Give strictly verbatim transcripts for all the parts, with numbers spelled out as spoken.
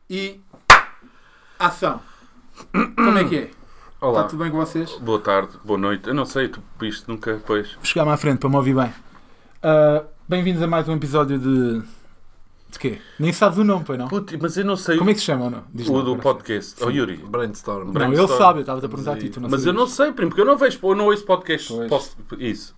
E... ação. Como é que é? Olá. Está tudo bem com vocês? Boa tarde, boa noite. Eu não sei, tu isto nunca depois. Vou chegar-me à frente para me ouvir bem. Uh, Bem-vindos a mais um episódio de... De quê? Nem sabes o nome, pois não? Puta, mas eu não sei. Como é que se chama ou não? Diz o lá, do agora. podcast? O Yuri. Brainstorm. Não, Brainstorm. ele sabe, eu estava-te a perguntar a ti, tu não Mas eu sabias. não sei, primo, porque eu não vejo, eu não ouço podcast. Pois. Posso... Isso.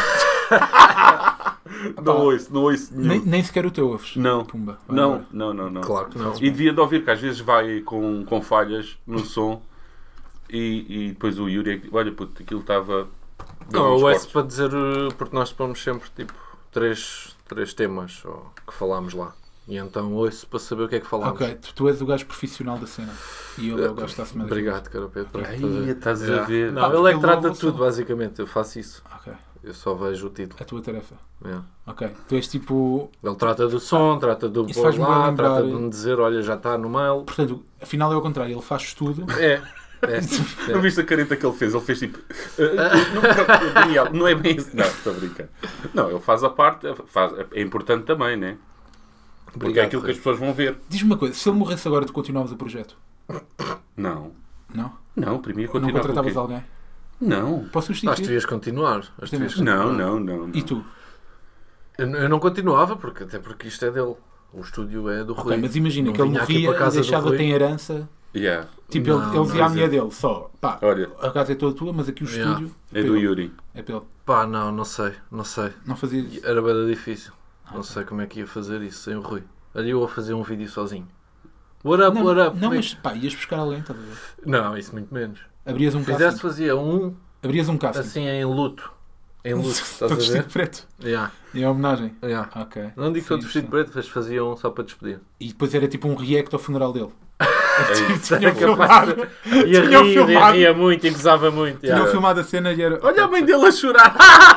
Não ouço, não ouço nenhum. Nem, nem sequer o teu ouves. Não. Pumba. Vai Não, embora. não, não, não. Claro que não. E devia de ouvir, que às vezes vai com, com falhas no som e, e depois o Yuri é que, olha puto, aquilo estava... deu Não, uns o S cortes. para dizer, uh, porque nós pomos sempre tipo três, três temas ó, que falámos lá. E então ouço para saber o que é que falámos. Ok, tu, tu és o gajo profissional da cena. E ele é o gajo que está a se mandar. Obrigado, cara Pedro. Ai, estás a Yeah. ver. Não, Pá, ele é porque que trata ele de tudo, ouve o basicamente. Eu faço isso. Ok, Eu só vejo o título. a tua tarefa. Yeah. Ok, tu és tipo... Ele trata do som, trata do Isso pôr faz-me lá, lembrar- trata de me dizer, olha, já está no mail. Portanto, afinal é ao contrário, ele faz tudo. É. É. Não viste a careta que ele fez? Ele fez tipo... "Uh, uh, não, Daniel, não é bem isso. Não, estou a brincar. Não, ele faz a parte... Faz, é importante também, né? Porque Obrigado, é aquilo que Rui. as pessoas vão ver. Diz-me uma coisa, se ele morresse agora, tu continuavas o projeto? Não. Não? Não, primeiro Ou não continuar contratavas com o quê? alguém? Não. Posso Acho que substituir? devias continuar. Acho que devias Não, continuar. não, não. não. E tu? Eu, eu não continuava, porque, até porque isto é dele. O estúdio é do Rui. Ok, mas imagina Não que ele vinha aqui morria, para a casa do deixava-te Rui. em herança. Yeah. Tipo, Não, ele, ele não, dizia à mas mulher é- dele só, pá, Olha, a casa é toda tua, mas aqui o Yeah. estúdio é para do ele. Yuri. É para ele. Pá, não, não sei, não sei. Não fazia isso. Era bem difícil. Não Ok. sei como é que ia fazer isso sem o Rui. Ali eu a fazer um vídeo sozinho. What up, Não, what up? não mate? mas pá, ias buscar alguém, estás a ver? Não, isso muito menos. Abrias um Se fizesse, casting. fazia um Abrias um casting. assim em luto. Em luto, estás Todo a vestido ver? de preto. Yeah, Em homenagem. yeah. Ok. Não digo todo Fixe. vestido preto, mas fazia um só para despedir. E depois era tipo um react ao funeral dele. É isso. Tinham Era filmado, capaz de- Ia Tinham rir, filmado. ria muito e gozava muito. tinham yeah. filmado a cena e era... Olha a mãe dele a chorar.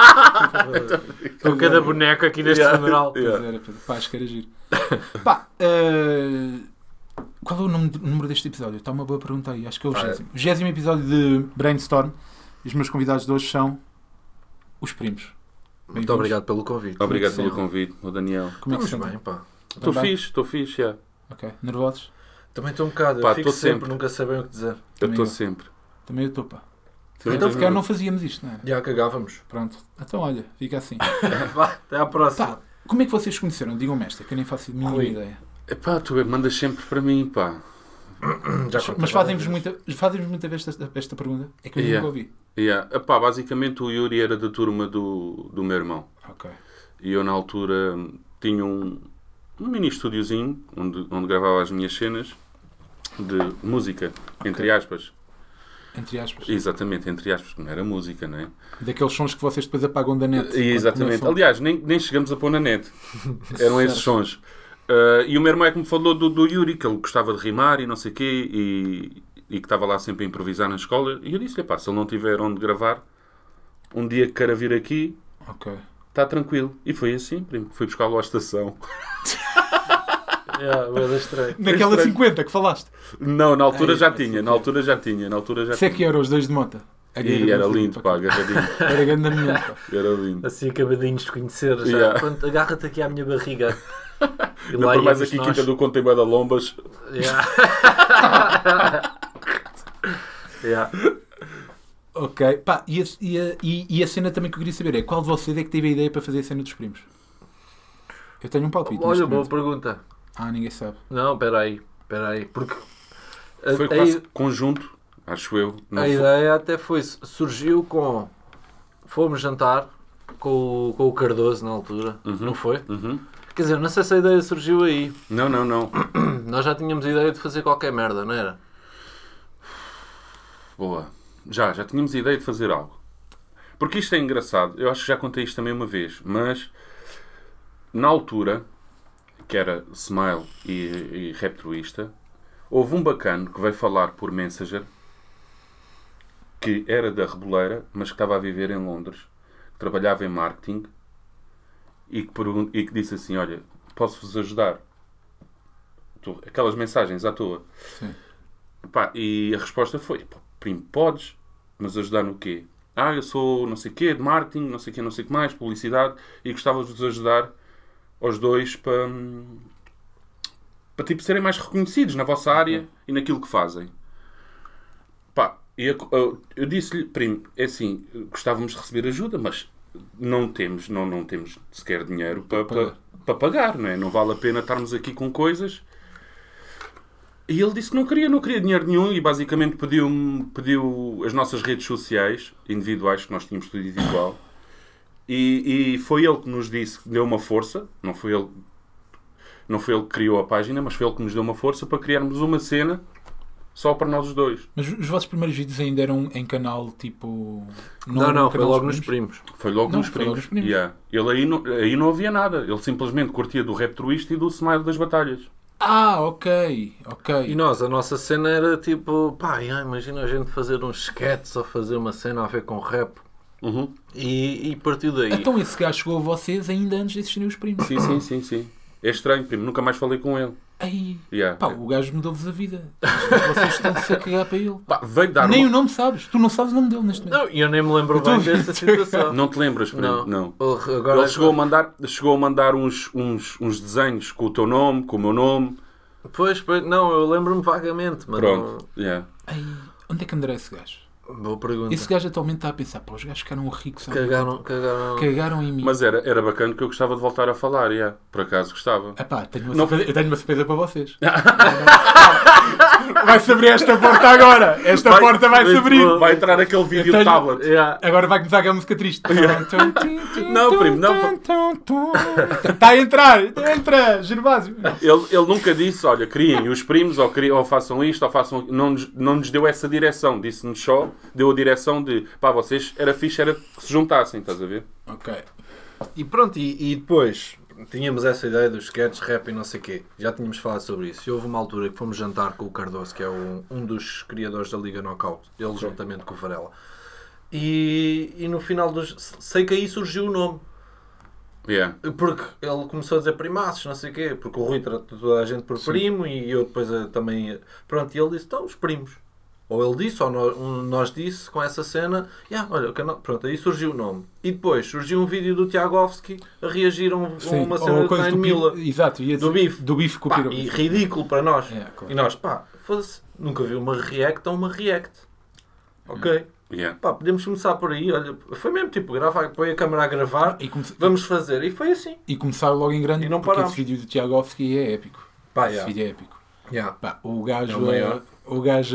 Com cada boneco aqui neste Yeah. funeral. Pois Yeah. era, Pedro. Pá, acho que era giro. Pá, eh, qual é o nome- número deste episódio? Está uma boa pergunta aí. Acho que é o Ah, é. vigésimo. vigésimo episódio de Brainstorm. E os meus convidados de hoje são os primos. Muito Bem-vindos. obrigado pelo convite. Obrigado Como é pelo que se convite, o Daniel. Como é que se Estamos sentem? bem, pá. Estou Também? fixe, estou fixe, já. Ok. Nervosos? Também estou um bocado. Pá, eu fico tô sempre, sempre. nunca sei bem o que dizer. Eu Também estou eu. sempre. Também eu estou, pá. Também Então, tens se calhar um- não fazíamos isto, não é? Já cagávamos. Pronto. Então, olha, fica assim. Vá, até à próxima. Pá, como é que vocês se conheceram? Digam-me esta, que eu nem faço a mínima Rui. ideia. Epá, tu mandas sempre para mim, pá. Já contei Mas fazem-vos várias muita, fazem muita vez esta, esta pergunta? É que eu Yeah. nunca ouvi. Yeah. Epá, basicamente o Yuri era da turma do, do meu irmão. Ok. E eu na altura tinha um, um mini estúdiozinho onde, onde gravava as minhas cenas de música, entre aspas. Entre aspas. Exatamente, entre aspas, que não era música, não é? Daqueles sons que vocês depois apagam da net. E, exatamente. Quando Aliás, nem, nem chegamos a pôr na net. Eram esses sons. Uh, e o meu irmão é que me falou do, do Yuri, que ele gostava de rimar e não sei o quê, e, e que estava lá sempre a improvisar na escola. E eu disse-lhe, pá, se ele não tiver onde gravar, um dia que queira vir aqui, Ok. está tranquilo. E foi assim, primo. Fui buscá-lo à estação. Yeah, bué da estranho. Naquela estranho. cinquenta que falaste. Não, na altura Ai, já mas tinha, o na quê? altura já tinha, na altura já Se é que tinha. eram os dois de moto. E era lindo, pá, agarradinho. Era grande na minha. Pá. Era lindo. Assim acabadinhos de conhecer. Já. Yeah. Pronto, agarra-te aqui à minha barriga. E Não por mais íamos aqui, nós. Quinta do Conto em Bué da Lombas. Yeah. Yeah. Ok. Pá, e a, e, a, e, e a cena também que eu queria saber é qual de vocês é que teve a ideia para fazer a cena dos primos? Eu tenho um palpite. Olha, neste boa momento. pergunta. Ah, ninguém sabe. Não, espera aí. Espera aí. Porque a, Foi a- quase conjunto, acho eu. Não a foi- ideia até foi... Surgiu com... Fomos jantar com, o- com o Cardoso na altura. Uhum. Não foi? Uhum. Quer dizer, não sei se a ideia surgiu aí. Não, não, não. Nós já tínhamos a ideia de fazer qualquer merda, não era? Boa. Já, já tínhamos a ideia de fazer algo. Porque isto é engraçado. Eu acho que já contei isto também uma vez. Mas, na altura, que era Smile e, e Reptroista, houve um bacano que veio falar por Messenger, que era da Reboleira, mas que estava a viver em Londres, que trabalhava em marketing, e que, pergun- e que disse assim, olha, posso-vos ajudar? Tu- Aquelas mensagens à toa. Sim. Pá, e a resposta foi, pá, primo, podes, mas ajudar no quê? Ah, eu sou não sei o quê, de marketing, não sei o quê, não sei o que mais, publicidade, e gostava de vos ajudar aos dois para, para tipo, serem mais reconhecidos na vossa área e naquilo que fazem. Pá, e eu, eu, eu disse-lhe, primo, é assim, gostávamos de receber ajuda, mas não temos, não, não temos sequer dinheiro para, para, para pagar, não é? Não vale a pena estarmos aqui com coisas. E ele disse que não queria, não queria dinheiro nenhum e basicamente pediu-me, pediu as nossas redes sociais individuais, que nós tínhamos tudo individual. E, e foi ele que nos disse, que deu uma força, não foi ele, não foi ele que criou a página, mas foi ele que nos deu uma força para criarmos uma cena só para nós os dois. Mas os vossos primeiros vídeos ainda eram em canal tipo... Não, era não, no foi canal logo dos nos primos. Foi logo Não, nos foi logo primos. nos primos. Yeah. Ele aí não, aí não havia nada. Ele simplesmente curtia do Rap Truísta e do Smile das Batalhas. Ah, ok, ok. E nós, a nossa cena era tipo, pá, ai, imagina a gente fazer uns sketches ou fazer uma cena a ver com rap. Uhum. E, e partiu daí. Então esse gajo chegou a vocês ainda antes de existirem os primos. Sim, sim, sim, sim. É estranho, primo. Nunca mais falei com ele. Ai, Yeah. pá, o gajo mudou-vos a vida. Vocês estão-se a cagar para ele. Pá, veio dar Nem uma... o nome sabes. Tu não sabes o nome dele neste momento. Não, eu nem me lembro Eu tô bem a ver. dessa situação. Não te lembras, primo? Não. Não. Agora, Ele chegou a mandar, chegou a mandar uns, uns, uns desenhos com o teu nome, com o meu nome. Pois, pois, não, eu lembro-me vagamente, mas Pronto. Yeah. Ai, onde é que andará esse gajo? não... Boa pergunta. Esse gajo atualmente está a pensar, pá, os gajos ficaram ricos. sabe? Cagaram, cagaram. Cagaram em mim. Mas era, era bacana que eu gostava de voltar a falar. Yeah. Por acaso gostava. Epá, tenho uma Não- surpresa, eu tenho uma surpresa para vocês. Vai-se abrir esta porta agora. Esta Vai- porta vai-se muito abrir. bom. Vai entrar aquele vídeo tenho- tablet. Yeah. Agora vai começar aquela música triste. Não, primo, não. Está a entrar. Entra, Gervásio. Ele, ele nunca disse, olha, criem os primos, ou, criem, ou façam isto, ou façam... Não nos, não nos deu essa direção. Disse-nos só, deu a direção de, pá, vocês, era fixe, era que se juntassem, estás a ver? Ok. E pronto, e, e depois tínhamos essa ideia dos sketches, rap e não sei o quê. Já tínhamos falado sobre isso. E houve uma altura que fomos jantar com o Cardoso, que é um, um dos criadores da Liga Knockout. Ele juntamente com o Varela. E, e no final dos... Sei que aí surgiu o nome. Yeah. Porque ele começou a dizer primaços, não sei o quê. Porque o Rui tratou toda a gente por primo e eu depois eh, também... Pronto, e ele disse, então, os primos. Ou ele disse, ou nós, um, nós disse, com essa cena, yeah, olha, o canal, pronto, aí surgiu o nome. E depois surgiu um vídeo do Tiagovski a reagir a, um, a uma cena ou do coisa Nine do Mila. bife. Exato, ia do dizer- bife. Do bife com o Pá, piro. e ridículo para nós. É, claro. E nós, pá, foda-se, nunca vi uma react a uma react. Ok. Yeah. Pá, podemos começar por aí, olha, foi mesmo tipo, gravar, põe a câmera a gravar, E, come- vamos fazer. E foi assim. e começar logo em grande, E não porque paramos. esse vídeo do Tiagovski é épico. Pá, esse yeah. vídeo é épico. Yeah. Pá, o É gajo, o maior. a, o gajo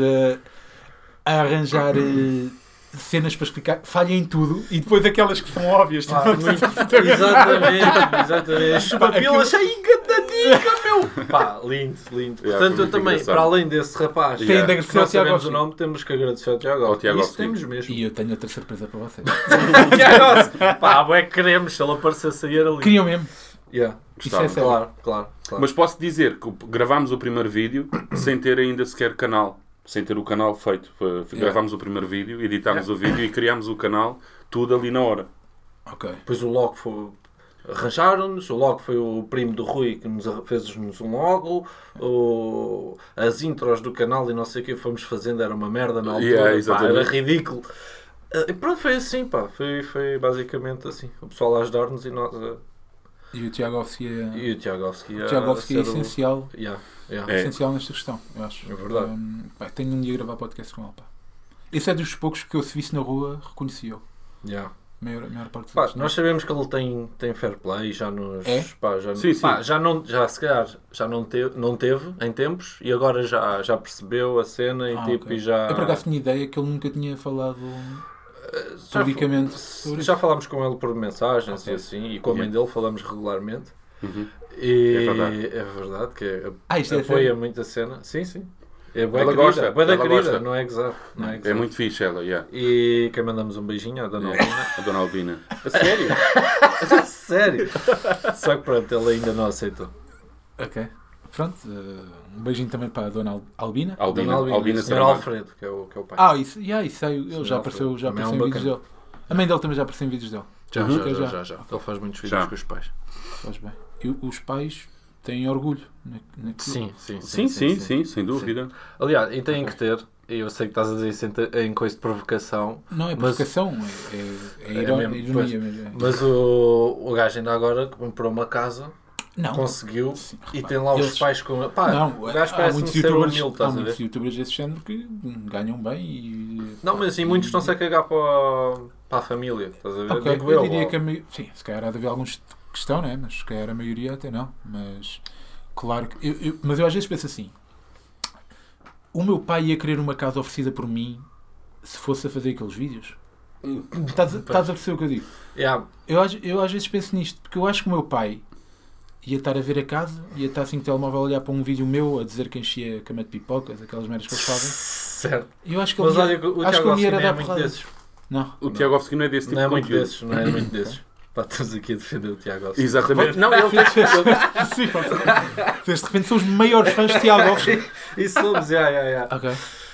a, a arranjar eh, cenas para explicar, falha em tudo e depois aquelas que são óbvias. Pá, tipo, muito- exatamente, exatamente. Chupa-pilas, aquilo- aí engatadinha, meu! Pá, lindo, lindo. Yeah, Portanto, foi eu muito também, engraçado. para além desse rapaz, Tem que de agradecer não ao Tiago sabemos o Alves. nome, temos que agradecer ao Tiago Ao Alves. Tiago Isso Alves, temos sim. mesmo. E eu tenho outra surpresa para vocês. Tiago Alves. Pá, é que queremos, se ele aparecesse aí era lindo. Queriam mesmo. Yeah. Isso Gostava. é sério. Claro, claro, claro. Mas posso dizer que gravámos o primeiro vídeo sem ter ainda sequer canal. Sem ter o canal feito. Foi- Yeah. Gravámos o primeiro vídeo, editámos o vídeo e criámos o canal, tudo ali na hora. Ok. Depois o logo foi... Arranjaram-nos, o logo foi o primo do Rui que nos arra- fez-nos um logo, o... as intros do canal e não sei o que fomos fazendo, era uma merda na altura, Yeah, pá, exatamente. era ridículo. E pronto, foi assim, pá, foi, foi basicamente assim, o pessoal a ajudar-nos e nós a... E o Tiagovski é, e o Tiagovski a, o Tiagovski a é ser o- essencial, Yeah, yeah. É. essencial nesta questão, eu acho. É verdade. Hum, pá, tenho um dia a gravar podcast com ele. Pá. Esse é dos poucos que eu, se visse na rua, reconhecia-o. Yeah. A maior, a maior parte Pá, das nós sabemos que ele tem, tem fair play, já nos... É? Pá, já, Sim, sim. pá, já, não, já se calhar já não teve, não teve em tempos e agora já, já percebeu a cena e Ah, tipo ok. e já... Eu por acaso tinha ideia que ele nunca tinha falado Já, publicamente sobre já isso. falámos com ele por mensagens Ok. e assim, e com a mãe Yeah. dele falamos regularmente. Uhum. E É verdade. é verdade que Ah, isto é apoia sério? muito a cena. Sim, sim. É boa Ela querida, gosta, bué da ela querida, gosta. não é gozar. Não é É gozar. muito fixe ela, yeah. E quem mandamos um beijinho à Dona Albina. A Dona Albina. A sério? Sério? Só que pronto, ele ainda não aceitou. Ok. Pronto, eh, um beijinho também para a Dona Al- Albina. Albina. Dona Albina, Albina o senhor Saramago. Alfredo, que é o, que é o pai. Ah, isso, yeah, isso sei, ele Sim, já Alfredo. apareceu, já Também é apareceu um em vídeos bacana. dele. A mãe dele também já apareceu em vídeos dele. já, Uhum. já, Ok, já, já. já, já. Ele faz muitos vídeos Já. com os pais. Faz bem. E o- os pais têm orgulho na, naquilo. Sim, sim, Sim, sim, sim, sem dúvida. Aliás, e têm que ter, e eu sei que estás a dizer isso em, em coisa de provocação, Não é Mas- provocação, é, é, é, É iro- mesmo, é ironia. Mas é. mas o, o gajo ainda agora comprou uma casa Não. conseguiu Sim, e repara, tem lá os eles- pais com... Pá, Não, o gajo há parece-me muitos ser youtubers, humilde, há estás a muitos ver? youtubers desse género que hum, ganham bem e... Não, mas assim, muitos estão-se a cagar para, para a família, estás a ver? Ok, Digo eu eu, diria ó. que a maioria... Sim, se calhar há de haver alguns que estão, né? Mas se calhar a maioria até não. Mas, claro que... Eu, eu- mas eu às vezes penso assim... O meu pai ia querer uma casa oferecida por mim se fosse a fazer aqueles vídeos? Estás a, estás a perceber o que eu digo? Yeah. Eu, às- eu às vezes penso nisto, porque eu acho que o meu pai ia estar a ver a casa, ia estar assim com o telemóvel a olhar para um vídeo meu a dizer que enchia a cama de pipocas, aquelas merdas que eles fazem. Certo. E eu acho que Mas ele ia, olha, que o acho que Tiago ele ia Alcine era é dar muito porrada. desses. Não. O Tiago Alcine não é desse tipo Não é de muito conteúdo. desses, não é muito desses. Pá, estamos aqui a defender o Tiago Alcine. Exatamente. Não, Ele ele fez, fez, sim, fez, de repente são os maiores fãs de Tiago Alcine. Isso somos, já, já, já. Ok.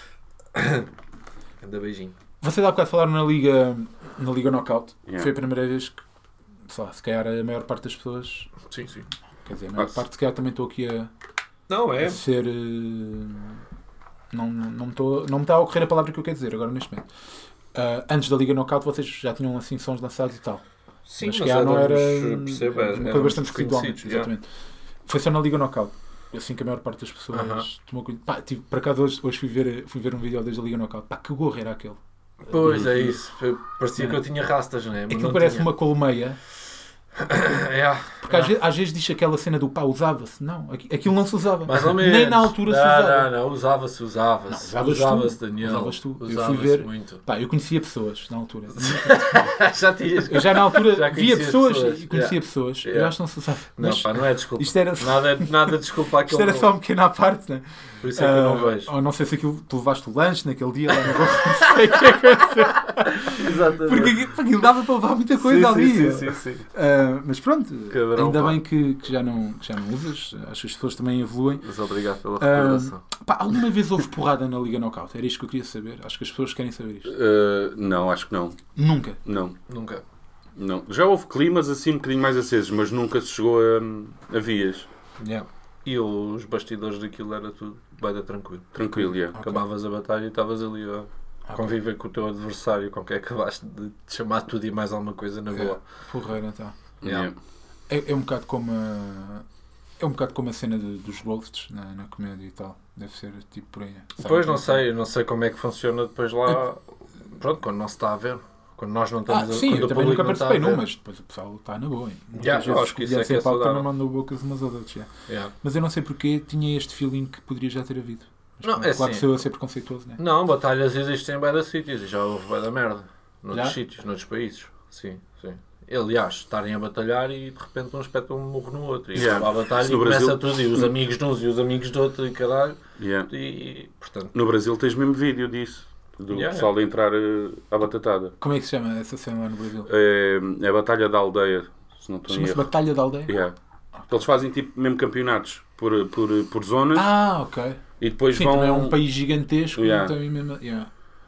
Anda beijinho. Vocês há bocado falaram na Liga, na Liga Knockout. Yeah. Foi a primeira vez que, sei lá, se calhar a maior parte das pessoas, Sim, sim. quer dizer, a maior Ah, parte, se calhar também estou aqui a, Não, é. a ser... eh, Não, não, me estou- não me está a ocorrer a palavra que eu quero dizer agora neste momento. Ah, antes da Liga Knockout vocês já tinham assim sons lançados e tal. Sim, mas mas, se calhar não era... percebo, uma é, coisa éramos bastante residual. desconhecidos, Exatamente. Foi só na Liga Knockout. Assim que a maior parte das pessoas Aham. tomou conhecimento. Pá, tive, por acaso hoje, hoje fui, ver, fui ver um vídeo desde a Liga Knockout. Pá, que gorro era aquele. Pois é isso. Foi- Parecia que eu tinha rastas, não é? Mas Aquilo não parece tinha. uma colmeia. É. Porque às, vezes, às vezes diz aquela cena do pá, usava-se. Não, aqui- aquilo não se usava. Mais ou menos. Nem na altura se não, usava. Não, não, usava-se, usava-se. Não, usavas tu. Usava-se, Daniel. Usavas tu. Eu fui Usava-se ver- muito. Pá, eu conhecia pessoas na altura. Já tinhas. Eu já na altura Já via conhecias pessoas, pessoas, e conhecia yeah. pessoas. Eu Yeah. acho que não se usava. Não, Mas pá, não é desculpa. isto era, Nada, nada desculpa aquele. isto era só um pequeno à parte, né? Por isso é que eu não Ah, vejo. Ou não sei se aquilo tu levaste o lanche naquele dia lá no Não sei o que aconteceu. Exatamente. Porque aquilo- aquilo dava para levar muita coisa sim, ali. Sim, sim, sim. Ah, mas pronto, Cabrão, ainda pá. bem que, que, já não, que já não usas. Acho que as pessoas também evoluem. Mas obrigado pela Ah, recordação. Pá, alguma vez houve porrada na Liga Knockout? Era isto que eu queria saber. Acho que as pessoas querem saber isto. Uh, não, acho que não. Nunca. Não, Nunca. não. Já houve climas assim um bocadinho mais acesos, mas nunca se chegou a, a vias. Yeah. E os bastidores daquilo era tudo vai dar tranquilo. Tranquilo, yeah. Ok. Acabavas a batalha e estavas ali a Ok. conviver com o teu adversário com quem acabaste de te chamar tudo e mais alguma coisa na boa. Porreira, então. Yeah. Yeah. É, é um bocado como a, é um bocado como a cena de- dos roasts na, na comédia e tal. Deve ser tipo por aí. Sabe? Depois não sei, não sei como é que funciona depois lá. Pronto, quando não se está a ver. Quando nós não Ah, estamos a sim, quando eu o também público nunca não está a participei num, ver. mas depois o pessoal está na boa. hein? Muitas Yeah, eu vezes acho que isso podia é ser que é palco, saudável. também mandou bocas umas aos outros. já. Yeah. Mas eu não sei porque tinha este feeling que poderia já ter havido. Mas, Não, pronto, é claro assim. que sou eu a ser preconceituoso, né? Não, batalhas existem em bué de sítios e já houve bué da merda. Noutros Já? sítios, noutros países. Sim, sim. Aliás, estarem a batalhar e de repente um espeta um morro no outro. E Yeah. acaba a batalha Isso e no começa Brasil- tudo. E os amigos de uns e os amigos de outro e caralho. Yeah. E, portanto, No Brasil tens mesmo vídeo disso. Do Yeah. pessoal a entrar uh, à batatada. Como é que se chama essa cena lá no Brasil? É, é a Batalha da Aldeia, se não estou em Chama-se erro. Batalha da Aldeia? Yeah. Eles fazem tipo mesmo campeonatos por, por, por zonas Ah, ok. e depois Sim, vão também é um país gigantesco. Yeah. Então, mesmo, yeah.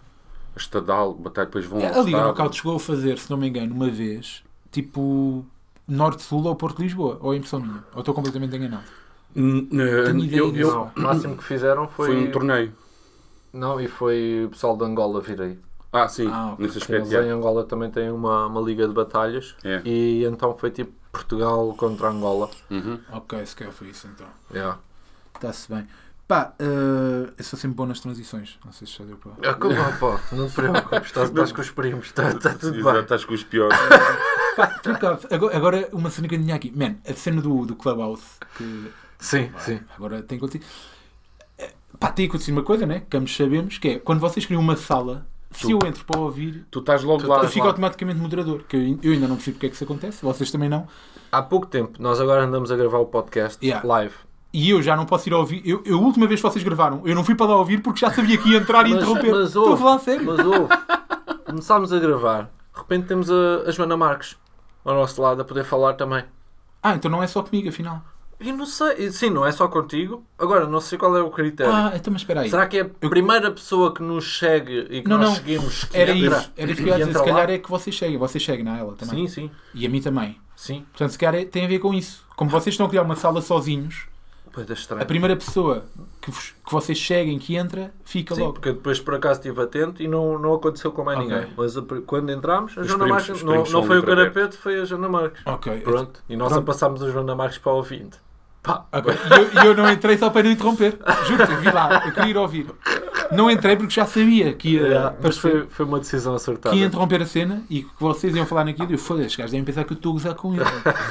a Estadal, batalha, depois vão A ao Liga estado. Knockout chegou a fazer, se não me engano, uma vez, tipo Norte-Sul ou Porto-Lisboa. Ou é impressão minha? Ou estou completamente enganado? N- n- Tenho ideia eu, disso. eu, não, o máximo que fizeram foi. foi um torneio. Não, e foi o pessoal de Angola vir aí. Ah, sim, Ah, ok. nesse aspecto. Eles yeah. em Angola também têm uma, uma liga de batalhas. É. E então foi tipo Portugal contra Angola. Uhum. Ok, se calhar foi isso então. Yeah. Está-se bem. Pá, eh, eu sou sempre bom nas transições. Não sei se já deu para. Ah, como, pá, não te preocupes, estás, estás com os primos, está, está tudo Exato, bem. estás com os piores. Pá, por acaso, agora, agora uma cena que eu tinha aqui. Man, a cena do, do Clubhouse. Que Sim, sim. agora tem acontecido. Eh, Pá, tem acontecido uma coisa, né? Que ambos sabemos, que é quando vocês criam uma sala, se eu entro para ouvir, Tu estás logo Tu lá. eu estás fico lá. automaticamente moderador. Que eu, eu ainda não percebo porque é que isso acontece. Vocês também não. Há pouco tempo, nós agora andamos a gravar o podcast Yeah. live. E eu já não posso ir a ouvir. Eu, eu, a última vez que vocês gravaram, eu não fui para lá ouvir porque já sabia que ia entrar e Mas- interromper. mas Estou a ouve. falar a sério. Mas ouve, começámos a gravar, de repente temos a, a Joana Marques ao nosso lado a poder falar também. Ah, então não é só comigo, afinal. E não sei, sim, não é só contigo. Agora, não sei qual é o critério. Ah, então mas espera aí. Será que é a primeira pessoa que nos segue e que Não, nós não. seguimos que Era entra isso. Era isso que eu ia e dizer. entra Se calhar lá? é que vocês seguem. Vocês seguem na ela também. Sim, sim, E a mim também. sim. Portanto, se calhar é- tem a ver com isso. Como vocês estão a criar uma sala sozinhos, Pois é a estranho. primeira pessoa que, vos- que vocês cheguem, que entra, fica Sim, logo. porque depois por acaso estive atento e não, não aconteceu com mais Ok. ninguém. Mas a- quando entramos, a Os Joana primos- Marques, os não, primos não são foi o livre aberto. Carapete, foi a Joana Marques. Ok. Pronto. E nós Pronto. passámos a Joana Marques para o ouvinte. Pá, Ok. E eu, e eu não entrei só para não interromper. Juro-te, vi lá, eu queria ir ouvir. Não entrei porque já sabia que ia, Yeah, mas aparecer, foi, foi uma decisão acertada. que ia interromper a cena e que vocês iam falar naquilo. E eu falei, estes gajos devem pensar que eu estou a gozar com ele.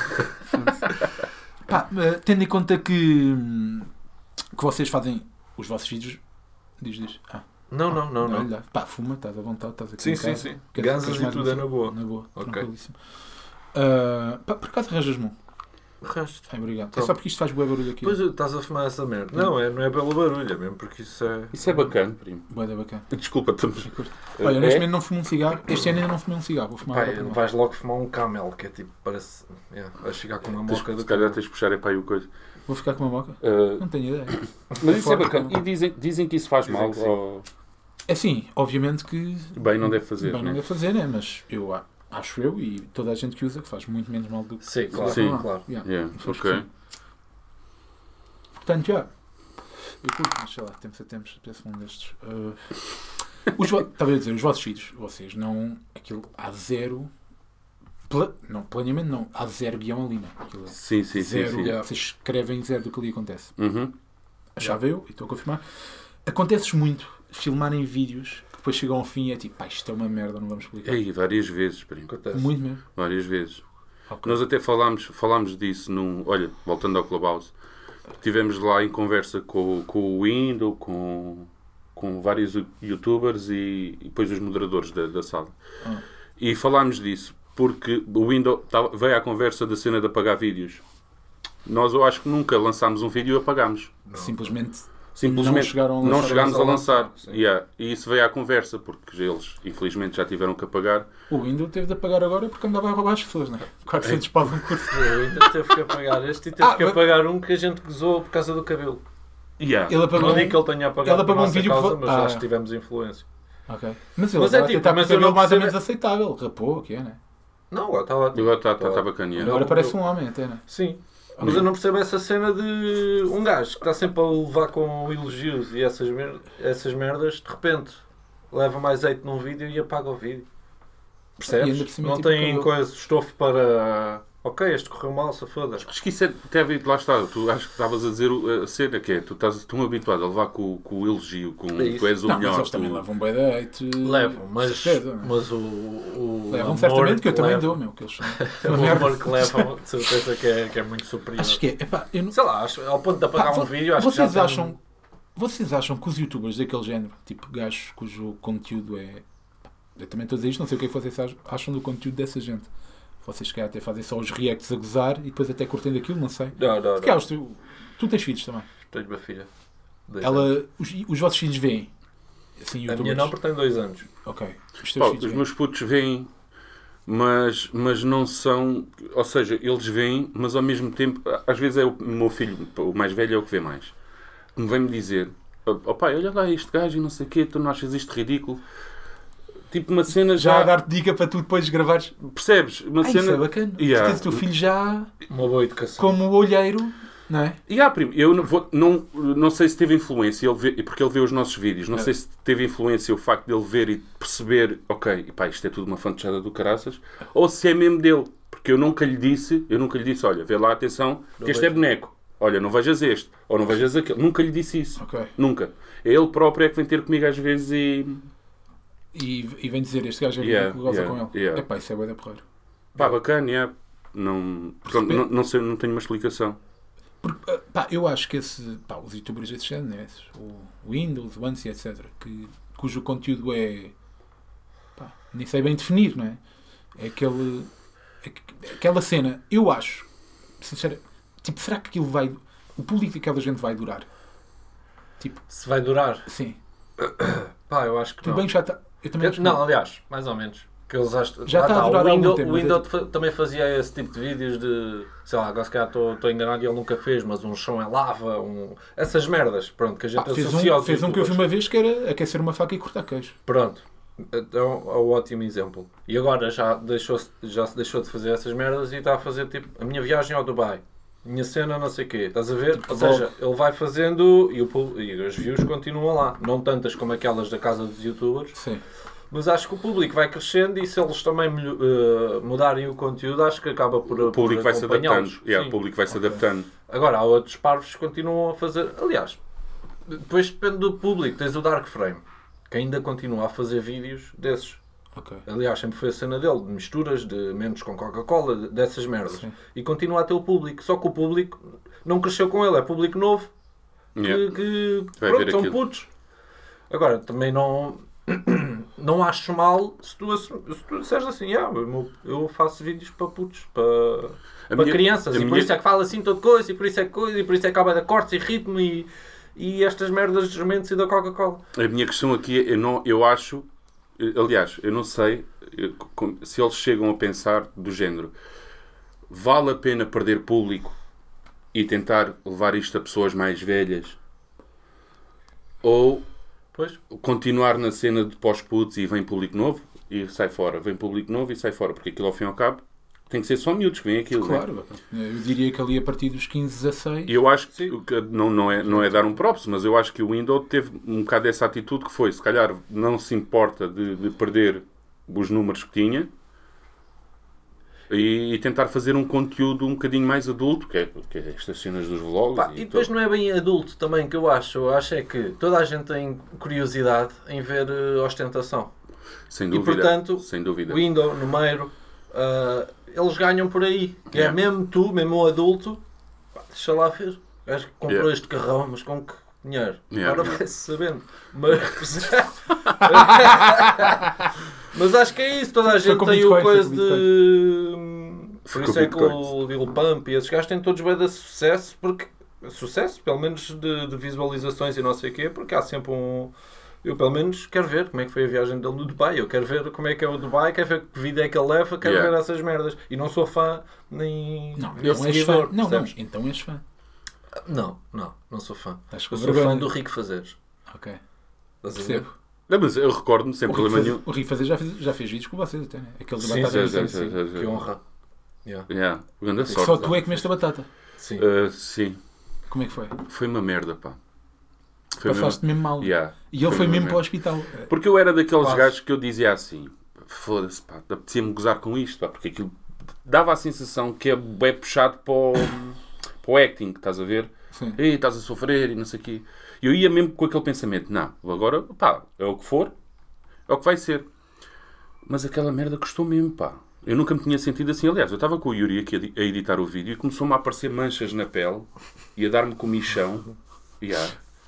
Pá, eh, tendo em conta que, hum, que vocês fazem os vossos vídeos. Diz, diz. Ah, Não, não, não. não. olha, pá, fuma, estás à vontade, estás aqui Sim, em sim, casa. sim. Queres- Ganzas queres e mais tudo uma é na boa. Na boa, Ok. tranquilíssimo. Ah, pá, por acaso arranjas-me um. O resto. Ai, obrigado. É Então. só porque isto faz bué barulho aqui. Depois estás a fumar essa merda. Não, é, não é pelo barulho, é mesmo porque isso é. Isso é bacana, primo. Bué da bacana. Desculpa, estamos... Eu curto. Olha, neste É? momento não fumo um cigarro. Este ano ainda não fumei um cigarro. Vou fumar Pai, agora primeiro. vais logo fumar um camel, que é tipo, parece. Yeah, vais chegar com uma Tens- mosca Se do calhar tens de puxar é para aí o coisa. Vou ficar com uma moca? Uh, Não tenho ideia. mas isso é Fora. bacana. E dizem, dizem que isso faz Dizem mal. que sim. Ou... É assim, obviamente que Bem, não deve fazer. bem não né? deve fazer, né? Mas eu a- acho eu e toda a gente que usa que faz muito menos mal do que. Sim, claro, Sim. claro. Yeah. Yeah, Isso acho ok. que sim. Portanto, já. Eu curto, mas sei lá, temos a tempos, penso num destes. Uh, os vo- Estava a dizer, os vossos filhos, vocês não. Aquilo há zero. Pla, não, planeamento não. Há zero guião ali, não. Aquilo é Sim, sim, sim. zero. sim. Vocês escrevem zero do que ali acontece. Uhum. Achava eu, e estou a confirmar. Acontece muito filmarem vídeos que depois chegam ao fim e é tipo, pá, isto é uma merda, não vamos explicar. Ei, várias vezes, primo. Acontece. Muito mesmo. Várias vezes. Ok. Nós até falámos, falámos disso num. Olha, voltando ao Clubhouse, estivemos lá em conversa com, com o Window, com, com vários youtubers e, e depois os moderadores da, da sala. Ah. E falámos disso, porque o Window tava- veio à conversa da cena de apagar vídeos. Nós, eu acho que nunca lançámos um vídeo e apagámos. Simplesmente Simplesmente não chegaram a não lançar chegámos a a lançar. lançar, sim. Yeah. E isso veio à conversa, porque eles, infelizmente, já tiveram que apagar. o Windows teve de apagar agora porque andava a roubar as pessoas, não é? quatrocentos pau um curso. Eu ainda teve que apagar este e teve Ah, que mas- apagar um que a gente gozou por causa do cabelo. Yeah. Ele apagou, Não digo que ele tenha apagado ele apagou por um nossa vídeo que causa, foi- mas Ah. acho que tivemos influência. Ok. Mas ele Mas é estava a tipo, tentar mas com o eu não cabelo mais ou percebo- menos aceitável. Rapou, o que é, né? Não, agora está ótimo. Agora está tá, Tá. tá bacana. yeah. Não. Agora parece um homem até, né? Sim. Mas eu não percebo essa cena de um gajo que está sempre a levar com elogios e essas, mer essas merdas, de repente leva mais hate num vídeo e apaga o vídeo. E Percebes? ainda por cima, Não tipo, tem cabelo. coisa, estofo para. Ok, este correu mal, se foda. Acho que isso é, deve ir, lá está, tu acho que estavas a dizer o- a cena que é, tu estás tão habituado a levar com, com o elogio, com É isso. tu és o Não, mas melhor. eles também tu- levam bem da hate. Levam, mas, certeza, né? mas o, o Levam amor certamente, que eu também levam- dou, meu. Que eles são O uma merda. amor que levam, de certeza que é, que é muito superior. Acho que é. Epá, eu não... Sei lá, acho, ao ponto de apagar Pá, um vo- vídeo, acho que vocês já tem- acham, vocês acham que os youtubers daquele género, tipo gajos cujo conteúdo é. Eu também estou a dizer isto, não sei o que é que vocês ach- acham do conteúdo dessa gente. Vocês querem até fazer só os reacts a gozar e depois até curtem daquilo, não sei. Não, não, Porque há não. os tu, tu tens filhos também. Tenho uma filha. Dois anos. Ela, os, os vossos filhos veem. Assim, A youtubers. minha não, porque tem dois anos. Ok. Os teus Pá, filhos os veem. meus putos veem, mas, mas não são, ou seja, eles veem, mas ao mesmo tempo, às vezes é o meu filho, o mais velho é o que vê mais, que me vem-me dizer, ó pai, olha lá este gajo e não sei o quê, tu não achas isto ridículo? Tipo uma cena Já a já, dar-te dica para tu depois gravares. percebes? Uma Ah, isso é cena... bacana. Yeah. Tu tens o teu filho já Uma boa educação. como o olheiro, não é? E há, primo, eu não, vou, não, não sei se teve influência, ele vê, porque ele vê os nossos vídeos, não É. sei se teve influência o facto dele ver e perceber, ok, pá, isto é tudo uma fantasiada do caraças, ou se é mesmo dele, porque eu nunca lhe disse, eu nunca lhe disse, olha, vê lá, atenção, que Não este é vejo. boneco, olha, não vejas este, ou não vejas aquele, nunca lhe disse isso, Ok. nunca. É ele próprio é que vem ter comigo às vezes e, E, e vem dizer, este gajo é Yeah, yeah, que goza yeah, com ele. yeah. Epá, isso é bué da porreiro. pá, bacana, yeah. não, pronto, Percebe- não, não sei, não tenho uma explicação. Porque, ah, pá, eu acho que esse, pá, os youtubers desses género, né? Esses, o Windows, o Ansi, etcétera, que, cujo conteúdo é, pá, nem sei bem definir, não é? É aquele, é que- aquela cena, eu acho, sincero, tipo, será que aquilo vai, o público daquela gente vai durar? Tipo, Se vai durar? sim, Pá, eu acho que tudo não. bem que já está, eu também Eu- acho que não, aliás, mais ou menos. Que eles acham, Já lá está a tá, durar o algum Windows, tempo, o mas é Windows fa- também fazia esse tipo de vídeos de, sei lá, agora se calhar estou estou enganado e ele nunca fez, mas um chão em lava, um, essas merdas, pronto, que a gente pá, fez, associa um, aos fez um que eu vi youtubers. uma vez que era aquecer uma faca e cortar queijo. Pronto, é um, é um ótimo exemplo. E agora já, deixou já se deixou de fazer essas merdas e está a fazer tipo a minha viagem ao Dubai. minha cena, não sei o quê. Estás a ver? Tipo Ou vlog. seja, ele vai fazendo e, o, pub- e as views continuam lá. Não tantas como aquelas da casa dos youtubers. Sim. Mas acho que o público vai crescendo e se eles também melho- eh, mudarem o conteúdo, acho que acaba por O público vai se adaptando. Yeah, Sim. o público vai se Ok. adaptando. Agora, há outros parvos que continuam a fazer... Aliás, depois depende do público. Tens o Dark Frame, que ainda continua a fazer vídeos desses. Ok. Aliás, sempre foi a cena dele, de misturas, de mentos com Coca-Cola, de- dessas merdas. Sim. E continua a ter o público. Só que o público não cresceu com ele, é público novo. Que, Yeah. que Vai pronto, ver são aquilo. putos. Agora, também não... Não acho mal se tu, assum- se tu disseres assim, ah, eu, meu- eu faço vídeos para putos, para, A para minha- crianças, a e por minha- isso é que fala assim todo coisa, e por isso é que coisa, e por isso é que acaba de cortes e ritmo e, e estas merdas dos mentos e da Coca-Cola. A minha questão aqui é, eu, não, eu acho, aliás, eu não sei eu, com- se eles chegam a pensar do género, vale a pena perder público e tentar levar isto a pessoas mais velhas? Ou Pois, continuar na cena de pós-putos e vem público novo e sai fora, vem público novo e sai fora, porque aquilo ao fim e ao cabo tem que ser só miúdos que vêm aquilo. Né? Claro. Eu diria que ali a partir dos quinze, dezasseis... E eu acho que, que não, não, é, não é dar um props, mas eu acho que o Windows teve um bocado essa atitude que foi, se calhar não se importa de, de perder os números que tinha e, e tentar fazer um conteúdo um bocadinho mais adulto, que é, que é estas cenas dos vlogs. pá, e depois tudo. não é bem adulto também que eu acho. Eu acho é que toda a gente tem curiosidade em ver eh, ostentação. Sem E dúvida. portanto, sem dúvida. Windows, Numeiro, ah, eles ganham por aí. Que Yeah. é mesmo tu, mesmo o adulto, pá, deixa lá ver. O gajo que comprou Yeah. este carrão, mas com que dinheiro? Yeah, Agora yeah. vai-se sabendo. Mas... mas acho que é isso. Toda a Foi gente com tem o Bitcoin, foi coisa com de... Por Foi isso com é que Bitcoin. o Lil Pump e esses gajos têm todos bem de sucesso, porque... Sucesso, pelo menos de, de visualizações e não sei o quê, porque há sempre um... Eu, pelo menos, quero ver como é que foi a viagem dele no Dubai. Eu quero ver como é que é o Dubai, quero ver que vida é que ele leva, quero Yeah. ver essas merdas. E não sou fã, nem... Não, eu não és seguidor, fã. Não, não, percebes? então és fã. Não, não, não sou fã. Estás com Eu sou vergonha. fã do Rico Fazeres. Ok. Estás a ver? Percebo. Não, mas eu recordo-me sem O Rico problema Fazer- nenhum. o Rico Fazer já fez, já fez vídeos com vocês até, né? Aquele de Sim, batata. sim, sim, sim, sim. sim, sim. Que honra. Yeah. Yeah. Grande sorte. Só tu é que comeste a batata. Sim. Uh, sim, Como é que foi? foi uma merda, pá. Foi Passaste mesmo mal. Yeah. E ele Foi foi uma mesmo merda. para o hospital. Porque eu era daqueles Quase. gajos que eu dizia assim, foda-se, pá, apetecia-me gozar com isto, pá, porque aquilo dava a sensação que é bem puxado para o, para o acting, estás a ver? Sim. Ei, estás a sofrer e não sei o quê. E eu ia mesmo com aquele pensamento, não, agora, pá, é o que for, é o que vai ser. Mas aquela merda custou mesmo, pá. Eu nunca me tinha sentido assim. Aliás, eu estava com o Yuri aqui a edi- a editar o vídeo e começou-me a aparecer manchas na pele e a dar-me comichão. Yeah.